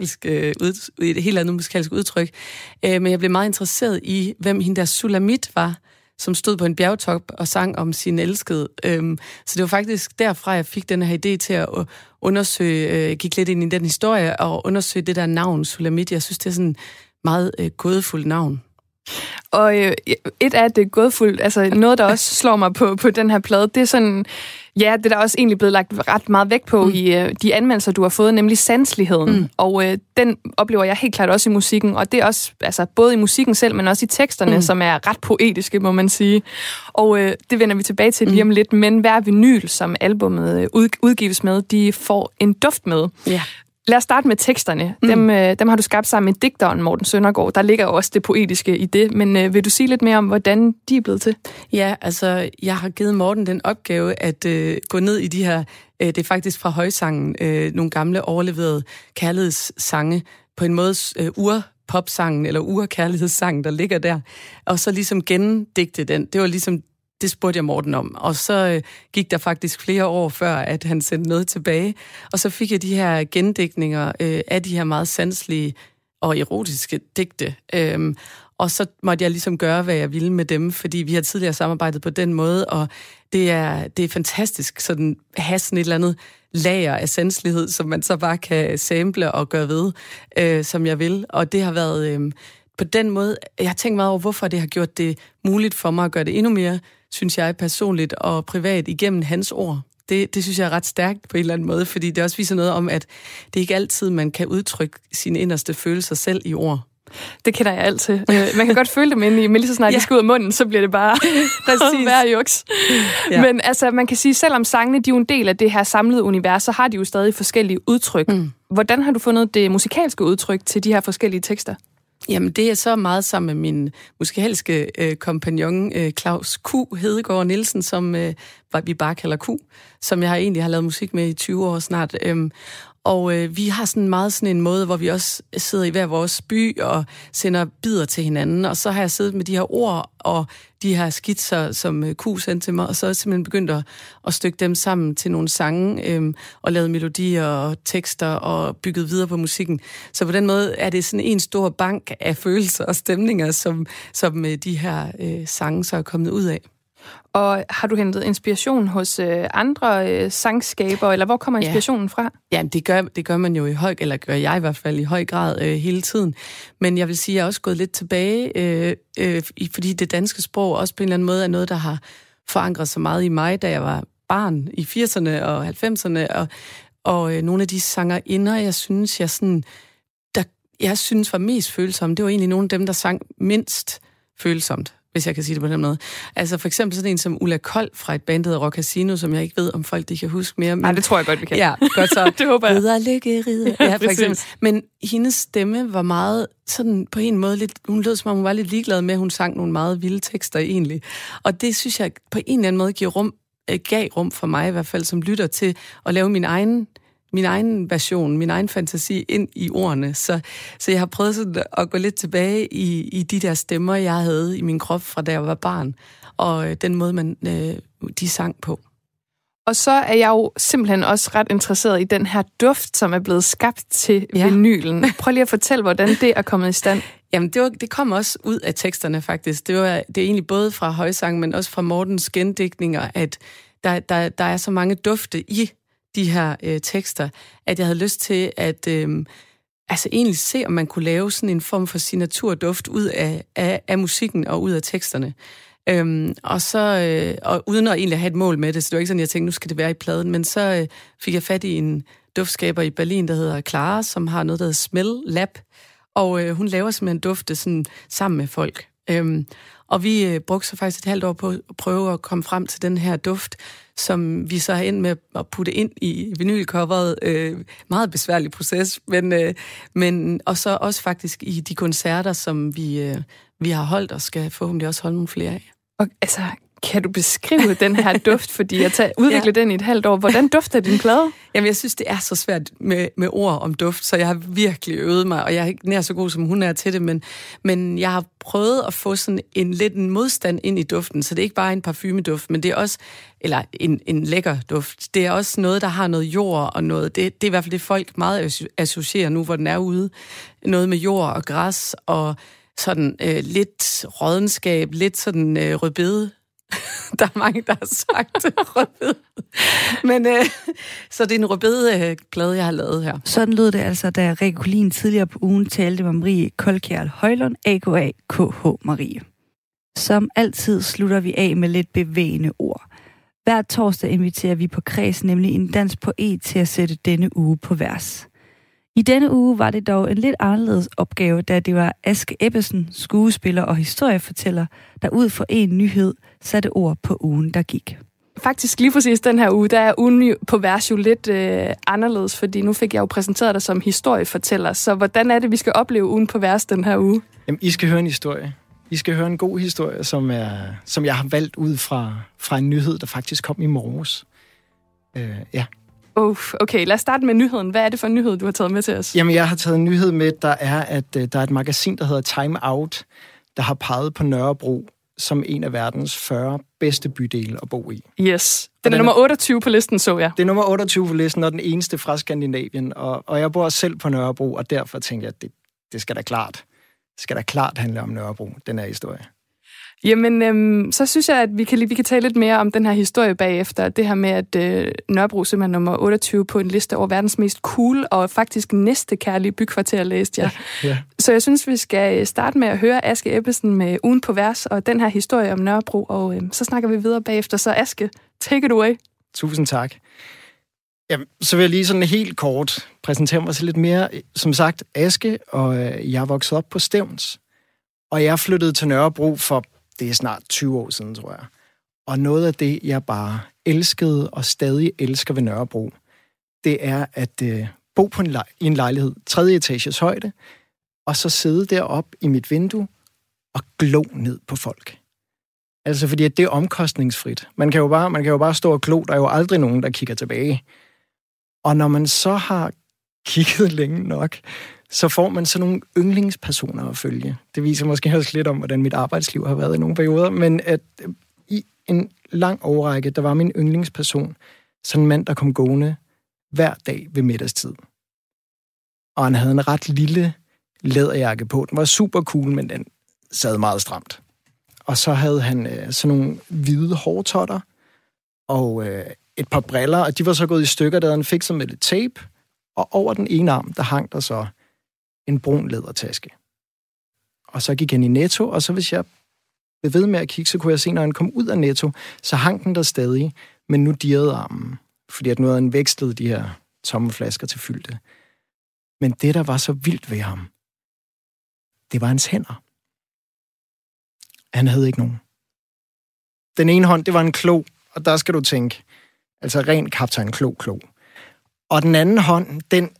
et helt andet musikalsk udtryk. Men jeg blev meget interesseret i, hvem hende der Sulamit var, som stod på en bjergtop og sang om sin elskede. Så det var faktisk derfra, jeg fik den her idé til at undersøge, gik lidt ind i den historie, og undersøge det der navn, Sulamit. Jeg synes, det er sådan et meget gådefuldt navn. Og et af det gådefuldt, altså noget, der også slår mig på den her plade, det er sådan, ja, det er der også egentlig blevet lagt ret meget vægt på i de anmeldelser, du har fået, nemlig sanseligheden. Og den oplever jeg helt klart også i musikken, og det er også altså, både i musikken selv, men også i teksterne, som er ret poetiske, må man sige. Og det vender vi tilbage til lige om lidt, men hver vinyl, som albumet udgives med, de får en duft med. Ja. Lad os starte med teksterne. Dem har du skabt sammen med digteren Morten Søndergaard. Der ligger også det poetiske i det, men vil du sige lidt mere om, hvordan de er blevet til? Ja, altså, jeg har givet Morten den opgave at gå ned i de her, det er faktisk fra Højsangen, nogle gamle overleverede kærlighedssange, på en måde urpopsangen eller urkærlighedssangen, der ligger der, og så ligesom gendigte den. Det var ligesom det spurgte jeg Morten om, og så gik der faktisk flere år før, at han sendte noget tilbage, og så fik jeg de her gendækninger af de her meget sanselige og erotiske digte, og så måtte jeg ligesom gøre, hvad jeg ville med dem, fordi vi har tidligere samarbejdet på den måde, og det er fantastisk sådan have sådan et eller andet lager af sanselighed, som man så bare kan sample og gøre ved, som jeg vil, og det har været på den måde, jeg har tænkt meget over, hvorfor det har gjort det muligt for mig at gøre det endnu mere, synes jeg, personligt og privat igennem hans ord. Det synes jeg er ret stærkt på en eller anden måde, fordi det også viser noget om, at det ikke altid, man kan udtrykke sine inderste følelser selv i ord. Det kender jeg altid. Man kan godt føle dem inde i, men lige så snart de skal ud af munden, så bliver det bare værre juks. Ja. Men altså, man kan sige, selvom sangene de er jo en del af det her samlede univers, så har de jo stadig forskellige udtryk. Hvordan har du fundet det musikalske udtryk til de her forskellige tekster? Jamen, det er så meget sammen med min musikalske kompagnon Claus Q. Hedegaard Nielsen, som vi bare kalder Q, som jeg egentlig har lavet musik med i 20 år snart. Og vi har sådan meget sådan en måde, hvor vi også sidder i hver vores by og sender bidder til hinanden. Og så har jeg siddet med de her ord og de her skitser, som Q sendte til mig, og så er jeg simpelthen begyndt at stykke dem sammen til nogle sange, og lavet melodier og tekster og bygget videre på musikken. Så på den måde er det sådan en stor bank af følelser og stemninger, som de her sange så er kommet ud af. Og har du hentet inspiration hos andre sangskabere, eller hvor kommer inspirationen fra? Ja, det gør man jo i høj, eller gør jeg i hvert fald i høj grad hele tiden. Men jeg vil sige, at jeg er også gået lidt tilbage, fordi det danske sprog også på en eller anden måde er noget, der har forankret så meget i mig, da jeg var barn i 80'erne og 90'erne, og nogle af de sangerinder, jeg synes var mest følsomme, det var egentlig nogle af dem, der sang mindst følsomt, hvis jeg kan sige det på den måde. Altså for eksempel sådan en som Ulla Kold fra et band, der hedder Rock Casino, som jeg ikke ved, om folk de kan huske mere. Nej, det tror jeg godt, vi kan. Ja, godt så. Det håber jeg. Ridder, lykke, ridder. Ja, for eksempel. Men hendes stemme var meget sådan på en måde lidt, hun lød som om hun var lidt ligeglad med, at hun sang nogle meget vilde tekster egentlig. Og det synes jeg på en eller anden måde gav rum for mig i hvert fald, som lytter til at lave min egen version, min egen fantasi ind i ordene. Så jeg har prøvet sådan at gå lidt tilbage i de der stemmer, jeg havde i min krop fra da jeg var barn, og den måde, de sang på. Og så er jeg jo simpelthen også ret interesseret i den her duft, som er blevet skabt til vinylen. Prøv lige at fortælle, hvordan det er kommet i stand. Jamen, det kom også ud af teksterne faktisk. Det er egentlig både fra Højsangen, men også fra Mortens gendigtninger, at der er så mange dufte i de her tekster, at jeg havde lyst til at egentlig se, om man kunne lave sådan en form for signaturduft ud af musikken og ud af teksterne. Og uden at egentlig have et mål med det, så det var ikke sådan, jeg tænkte, nu skal det være i pladen, men så fik jeg fat i en duftskaber i Berlin, der hedder Clara, som har noget, der hedder Smell Lab, og hun laver simpelthen dufte sådan, sammen med folk. Og vi brugte så faktisk et halvt år på at prøve at komme frem til den her duft, som vi så har endt med at putte ind i vinylcoveret. Meget besværlig proces, men og så også faktisk i de koncerter, som vi har holdt, og skal forhåbentlig også holde nogle flere af. Og altså, Kan du beskrive den her duft? Fordi jeg udviklet den i et halvt år. Hvordan dufter din plade? Jamen, jeg synes, det er så svært med ord om duft, så jeg har virkelig øvet mig, og jeg er ikke nær så god, som hun er til det, men jeg har prøvet at få sådan en modstand ind i duften, så det er ikke bare en parfumeduft, men det er også, eller en lækker duft. Det er også noget, der har noget jord og noget, det er i hvert fald det, folk meget associerer nu, hvor den er ude. Noget med jord og græs og sådan lidt rådenskab, lidt sådan rødbede. Der er mange, der har sagt rødbede. Men så det er en rødbede plade, jeg har lavet her. Sådan lød det altså, da Rikke Collin tidligere på ugen talte med Marie Kolkjær Højlund, aka KH Marie. Som altid slutter vi af med lidt bevægende ord. Hver torsdag inviterer vi på Kreds nemlig en dansk poet til at sætte denne uge på vers. I denne uge var det dog en lidt anderledes opgave, da det var Aske Ebbesen, skuespiller og historiefortæller, der ud for en nyhed satte ord på ugen, der gik. Faktisk lige præcis den her uge, der er ugen på vers jo lidt anderledes, fordi nu fik jeg jo præsenteret dig som historiefortæller. Så hvordan er det, vi skal opleve ugen på vers den her uge? Jamen, I skal høre en historie. I skal høre en god historie, som jeg har valgt ud fra en nyhed, der faktisk kom i morges. Ja. Okay, lad os starte med nyheden. Hvad er det for en nyhed, du har taget med til os? Jamen, jeg har taget en nyhed med, der er et magasin, der hedder Time Out, der har peget på Nørrebro som en af verdens 40 bedste bydele at bo i. Yes. Den er nummer 28 på listen, så jeg. Det er nummer 28 på listen, og den eneste fra Skandinavien. Og jeg bor selv på Nørrebro, og derfor tænker jeg, at det skal da klart handle om Nørrebro, den her historie. Jamen, så synes jeg, at vi kan tale lidt mere om den her historie bagefter. Det her med, at Nørrebro simpelthen er nummer 28 på en liste over verdens mest cool og faktisk næstekærlige bykvarter, læste jeg. Ja. Så jeg synes, vi skal starte med at høre Aske Ebbesen med ugen på vers og den her historie om Nørrebro, og så snakker vi videre bagefter. Så Aske, take it away. Tusind tak. Jamen, så vil jeg lige sådan helt kort præsentere mig lidt mere. Som sagt, Aske, og jeg er vokset op på Stevns. Og jeg flyttede til Nørrebro for, det er snart 20 år siden, tror jeg. Og noget af det, jeg bare elskede og stadig elsker ved Nørrebro, det er at bo på i en lejlighed, 3. etages højde, og så sidde deroppe i mit vindue og glo ned på folk. Altså fordi at det er omkostningsfrit. Man kan jo bare stå og glo, der er jo aldrig nogen, der kigger tilbage. Og når man så har kigget længe nok, så får man sådan nogle yndlingspersoner at følge. Det viser måske også lidt om, hvordan mit arbejdsliv har været i nogle perioder, men at i en lang årrække, der var min yndlingsperson sådan en mand, der kom gående hver dag ved middagstid. Og han havde en ret lille læderjakke på. Den var super cool, men den sad meget stramt. Og så havde han sådan nogle hvide hårtotter og et par briller, og de var så gået i stykker, da han fik sig med lidt tape. Og over den ene arm, der hang der så en brun lædertaske. Og så gik han i Netto, og så hvis jeg blev ved med at kigge, så kunne jeg se, når han kom ud af Netto, så hang den der stadig, men nu dirrede armen, fordi at nu havde han vekslet de her tomme flasker til fyldte. Men det, der var så vildt ved ham, det var hans hænder. Han havde ikke nogen. Den ene hånd, det var en klo, og der skal du tænke, altså ren kaptajn klo. Og den anden hånd,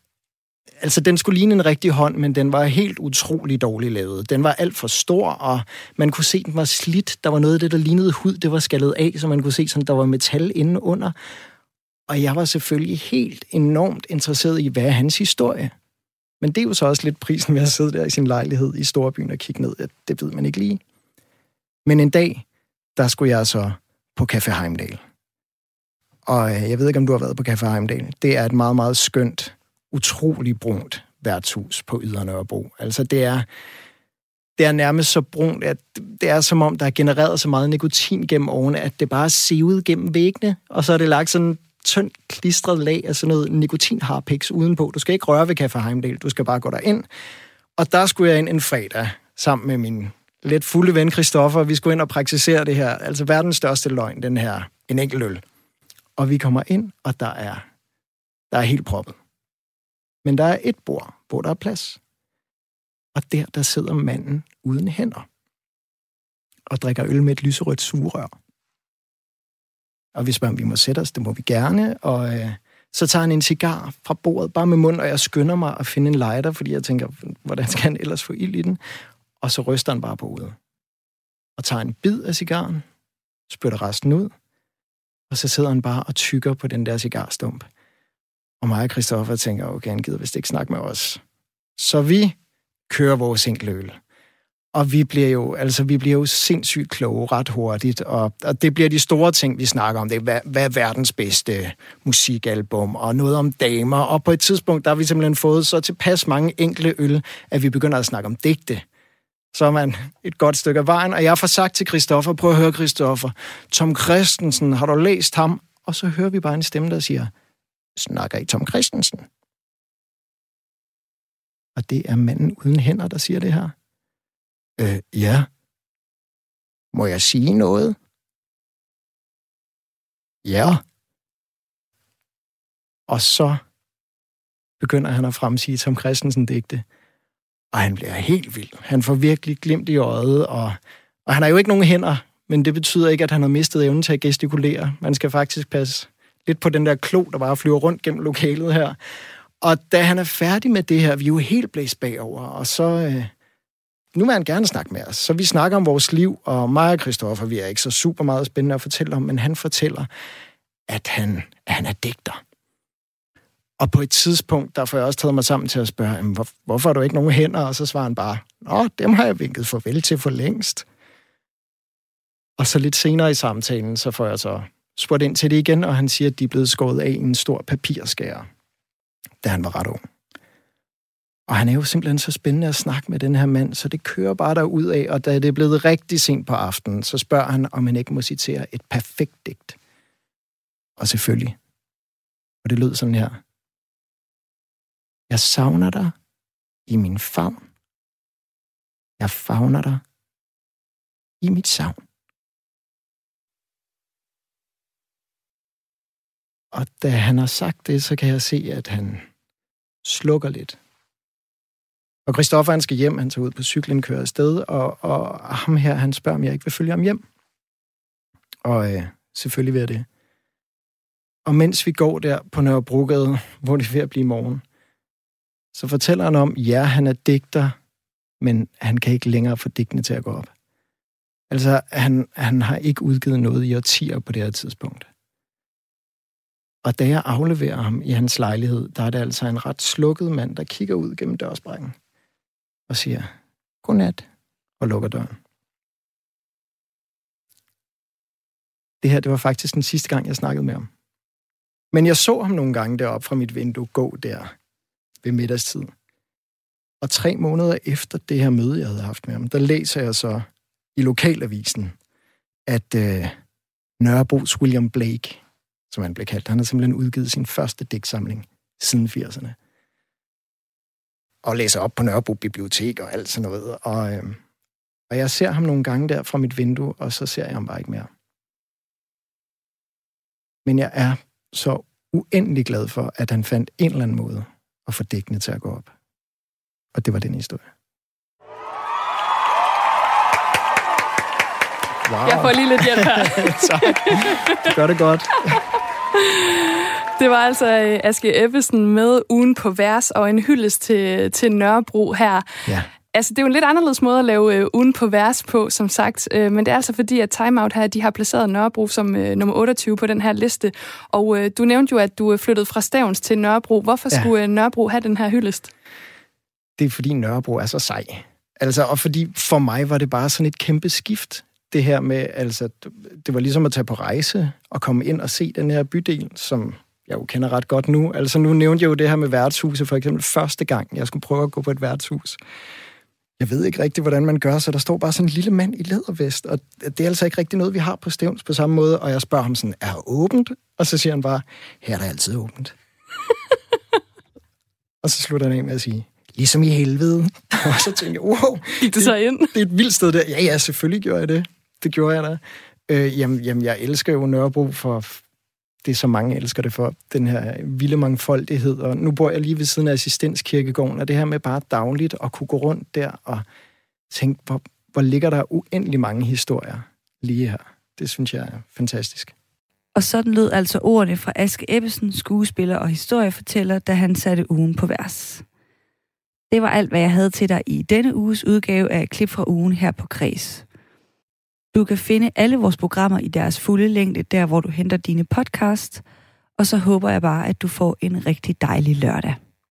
den skulle ligne en rigtig hånd, men den var helt utrolig dårligt lavet. Den var alt for stor, og man kunne se, den var slidt. Der var noget af det, der lignede hud, det var skaldet af, så man kunne se, sådan, der var metal inde under. Og jeg var selvfølgelig helt enormt interesseret i, hvad er hans historie. Men det er jo så også lidt prisen ved at sidde der i sin lejlighed i storbyen og kigge ned. Det ved man ikke lige. Men en dag, der skulle jeg så på Café Heimdal. Og jeg ved ikke, om du har været på Café Heimdal. Det er et meget, meget skønt, utrolig brunt værtshus på Ydre Nørrebro. Altså, det er nærmest så brunt, at det er som om, der er genereret så meget nikotin gennem årene, at det bare er sivet gennem væggene, og så er det lagt sådan tyndt klistret lag af sådan noget nikotinharpiks udenpå. Du skal ikke røre ved Café Heimdal, du skal bare gå derind. Og der skulle jeg ind en fredag, sammen med min lidt fulde ven Christoffer. Vi skulle ind og praktisere det her, altså verdens største løgn, den her, en enkelt øl. Og vi kommer ind, og der er helt proppet. Men der er et bord, hvor der er plads. Og der sidder manden uden hænder. Og drikker øl med et lyserødt sugerør. Og vi spørger, om vi må sætte os, det må vi gerne. Og så tager han en cigar fra bordet, bare med mund, og jeg skynder mig at finde en lighter, fordi jeg tænker, hvordan skal han ellers få ild i den? Og så ryster han bare på hovedet. Og tager en bid af cigaren, spytter resten ud, og så sidder han bare og tykker på den der cigarstump. Og mig og Christoffer tænker, okay, han gider vist ikke snakke med os. Så vi kører vores enkle øl. Og vi bliver jo sindssygt kloge ret hurtigt, og det bliver de store ting, vi snakker om. Det er, hvad er verdens bedste musikalbum, og noget om damer. Og på et tidspunkt, der har vi simpelthen fået så tilpas mange enkle øl, at vi begynder at snakke om digte. Så er man et godt stykke af vejen, og jeg får sagt til Christoffer, prøv at høre Christoffer, Tom Kristensen, har du læst ham? Og så hører vi bare en stemme, der siger, snakker I Tom Kristensen? Og det er manden uden hænder, der siger det her. Ja. Må jeg sige noget? Ja. Og så begynder han at fremsige Tom Kristensen digte. Og han bliver helt vild. Han får virkelig glimt i øjet, og han har jo ikke nogen hænder, men det betyder ikke, at han har mistet evnen til at gestikulere. Man skal faktisk passe lidt på den der klo, der bare flyver rundt gennem lokalet her. Og da han er færdig med det her, vi er jo helt blæst bagover, og så... Nu vil han gerne snakke med os. Så vi snakker om vores liv, og mig og Christoffer, vi er ikke så super meget spændende at fortælle om, men han fortæller, at han er digter. Og på et tidspunkt, der får jeg også taget mig sammen til at spørge, hvorfor har du ikke nogen hænder? Og så svarer han bare, nå, dem har jeg vinket farvel til for længst. Og så lidt senere i samtalen, så får jeg så spurgt ind til det igen, og han siger, at de er blevet skåret af i en stor papirskærer, da han var ret ung. Og han er jo simpelthen så spændende at snakke med den her mand, så det kører bare derudad, og da det er blevet rigtig sent på aftenen, så spørger han, om han ikke må citere et perfekt digt. Og selvfølgelig. Og det lød sådan her. Jeg savner dig i min favn. Jeg favner dig i mit savn. Og da han har sagt det, så kan jeg se, at han slukker lidt. Og Christoffer, han skal hjem, han tager ud på cyklen, kører afsted, og ham her, han spørger, om jeg ikke vil følge ham hjem. Og selvfølgelig vil jeg det. Og mens vi går der på Nørrebrogade, hvor det er ved at blive morgen, så fortæller han om, ja, han er digter, men han kan ikke længere få digtene til at gå op. Altså, han har ikke udgivet noget i årtier på det her tidspunkt. Og da jeg afleverer ham i hans lejlighed, der er det altså en ret slukket mand, der kigger ud gennem dørsprækken og siger, godnat, og lukker døren. Det her, det var faktisk den sidste gang, jeg snakkede med ham. Men jeg så ham nogle gange deroppe fra mit vindue gå der ved middagstid. Og 3 måneder efter det her møde, jeg havde haft med ham, der læser jeg så i lokalavisen, at Nørrebros William Blake, som han blev kaldt, han har simpelthen udgivet sin første digtsamling siden 80'erne. Og læser op på Nørrebro Bibliotek og alt sådan noget. Og jeg ser ham nogle gange der fra mit vindue, og så ser jeg ham bare ikke mere. Men jeg er så uendelig glad for, at han fandt en eller anden måde at få digtene til at gå op. Og det var den historie. Wow. Jeg får lige lidt hjælp her. Så, det gør det godt. Det var altså Aske Ebbesen med Ugen på vers og en hyldest til Nørrebro her. Ja. Altså, det er jo en lidt anderledes måde at lave Ugen på vers på, som sagt. Men det er altså fordi, at Time Out her, de har placeret Nørrebro som nummer 28 på den her liste. Og du nævnte jo, at du flyttede fra Stevns til Nørrebro. Hvorfor skulle Nørrebro have den her hyldest? Det er fordi Nørrebro er så sej. Altså, og fordi for mig var det bare sådan et kæmpe skift. Det her med, altså, det var ligesom at tage på rejse og komme ind og se den her bydel, som jeg jo kender ret godt nu. Altså, nu nævnte jeg jo det her med værtshuset, for eksempel første gang, jeg skulle prøve at gå på et værtshus. Jeg ved ikke rigtig, hvordan man gør, så der står bare sådan en lille mand i lædervest, og det er altså ikke rigtig noget, vi har på Stevns på samme måde, og jeg spørger ham sådan, er her åbent? Og så siger han bare, her er der altid åbent. Og så slutter han af med at sige, ligesom i helvede. Og så tænkte jeg, wow. Gik det så ind? Det er et vildt sted der. Ja, selvfølgelig gjorde jeg det. Det gjorde jeg da. Jamen, jeg elsker jo Nørrebro for det, så mange elsker det for, den her vilde mangfoldighed. Og nu bor jeg lige ved siden af Assistenskirkegården, og det her med bare dagligt at kunne gå rundt der og tænke, hvor ligger der uendelig mange historier lige her. Det synes jeg er fantastisk. Og sådan lød altså ordene fra Aske Ebbesen, skuespiller og historiefortæller, da han satte ugen på vers. Det var alt, hvad jeg havde til dig i denne uges udgave af Klip fra ugen her på Kreds. Du kan finde alle vores programmer i deres fulde længde, der hvor du henter dine podcast. Og så håber jeg bare, at du får en rigtig dejlig lørdag.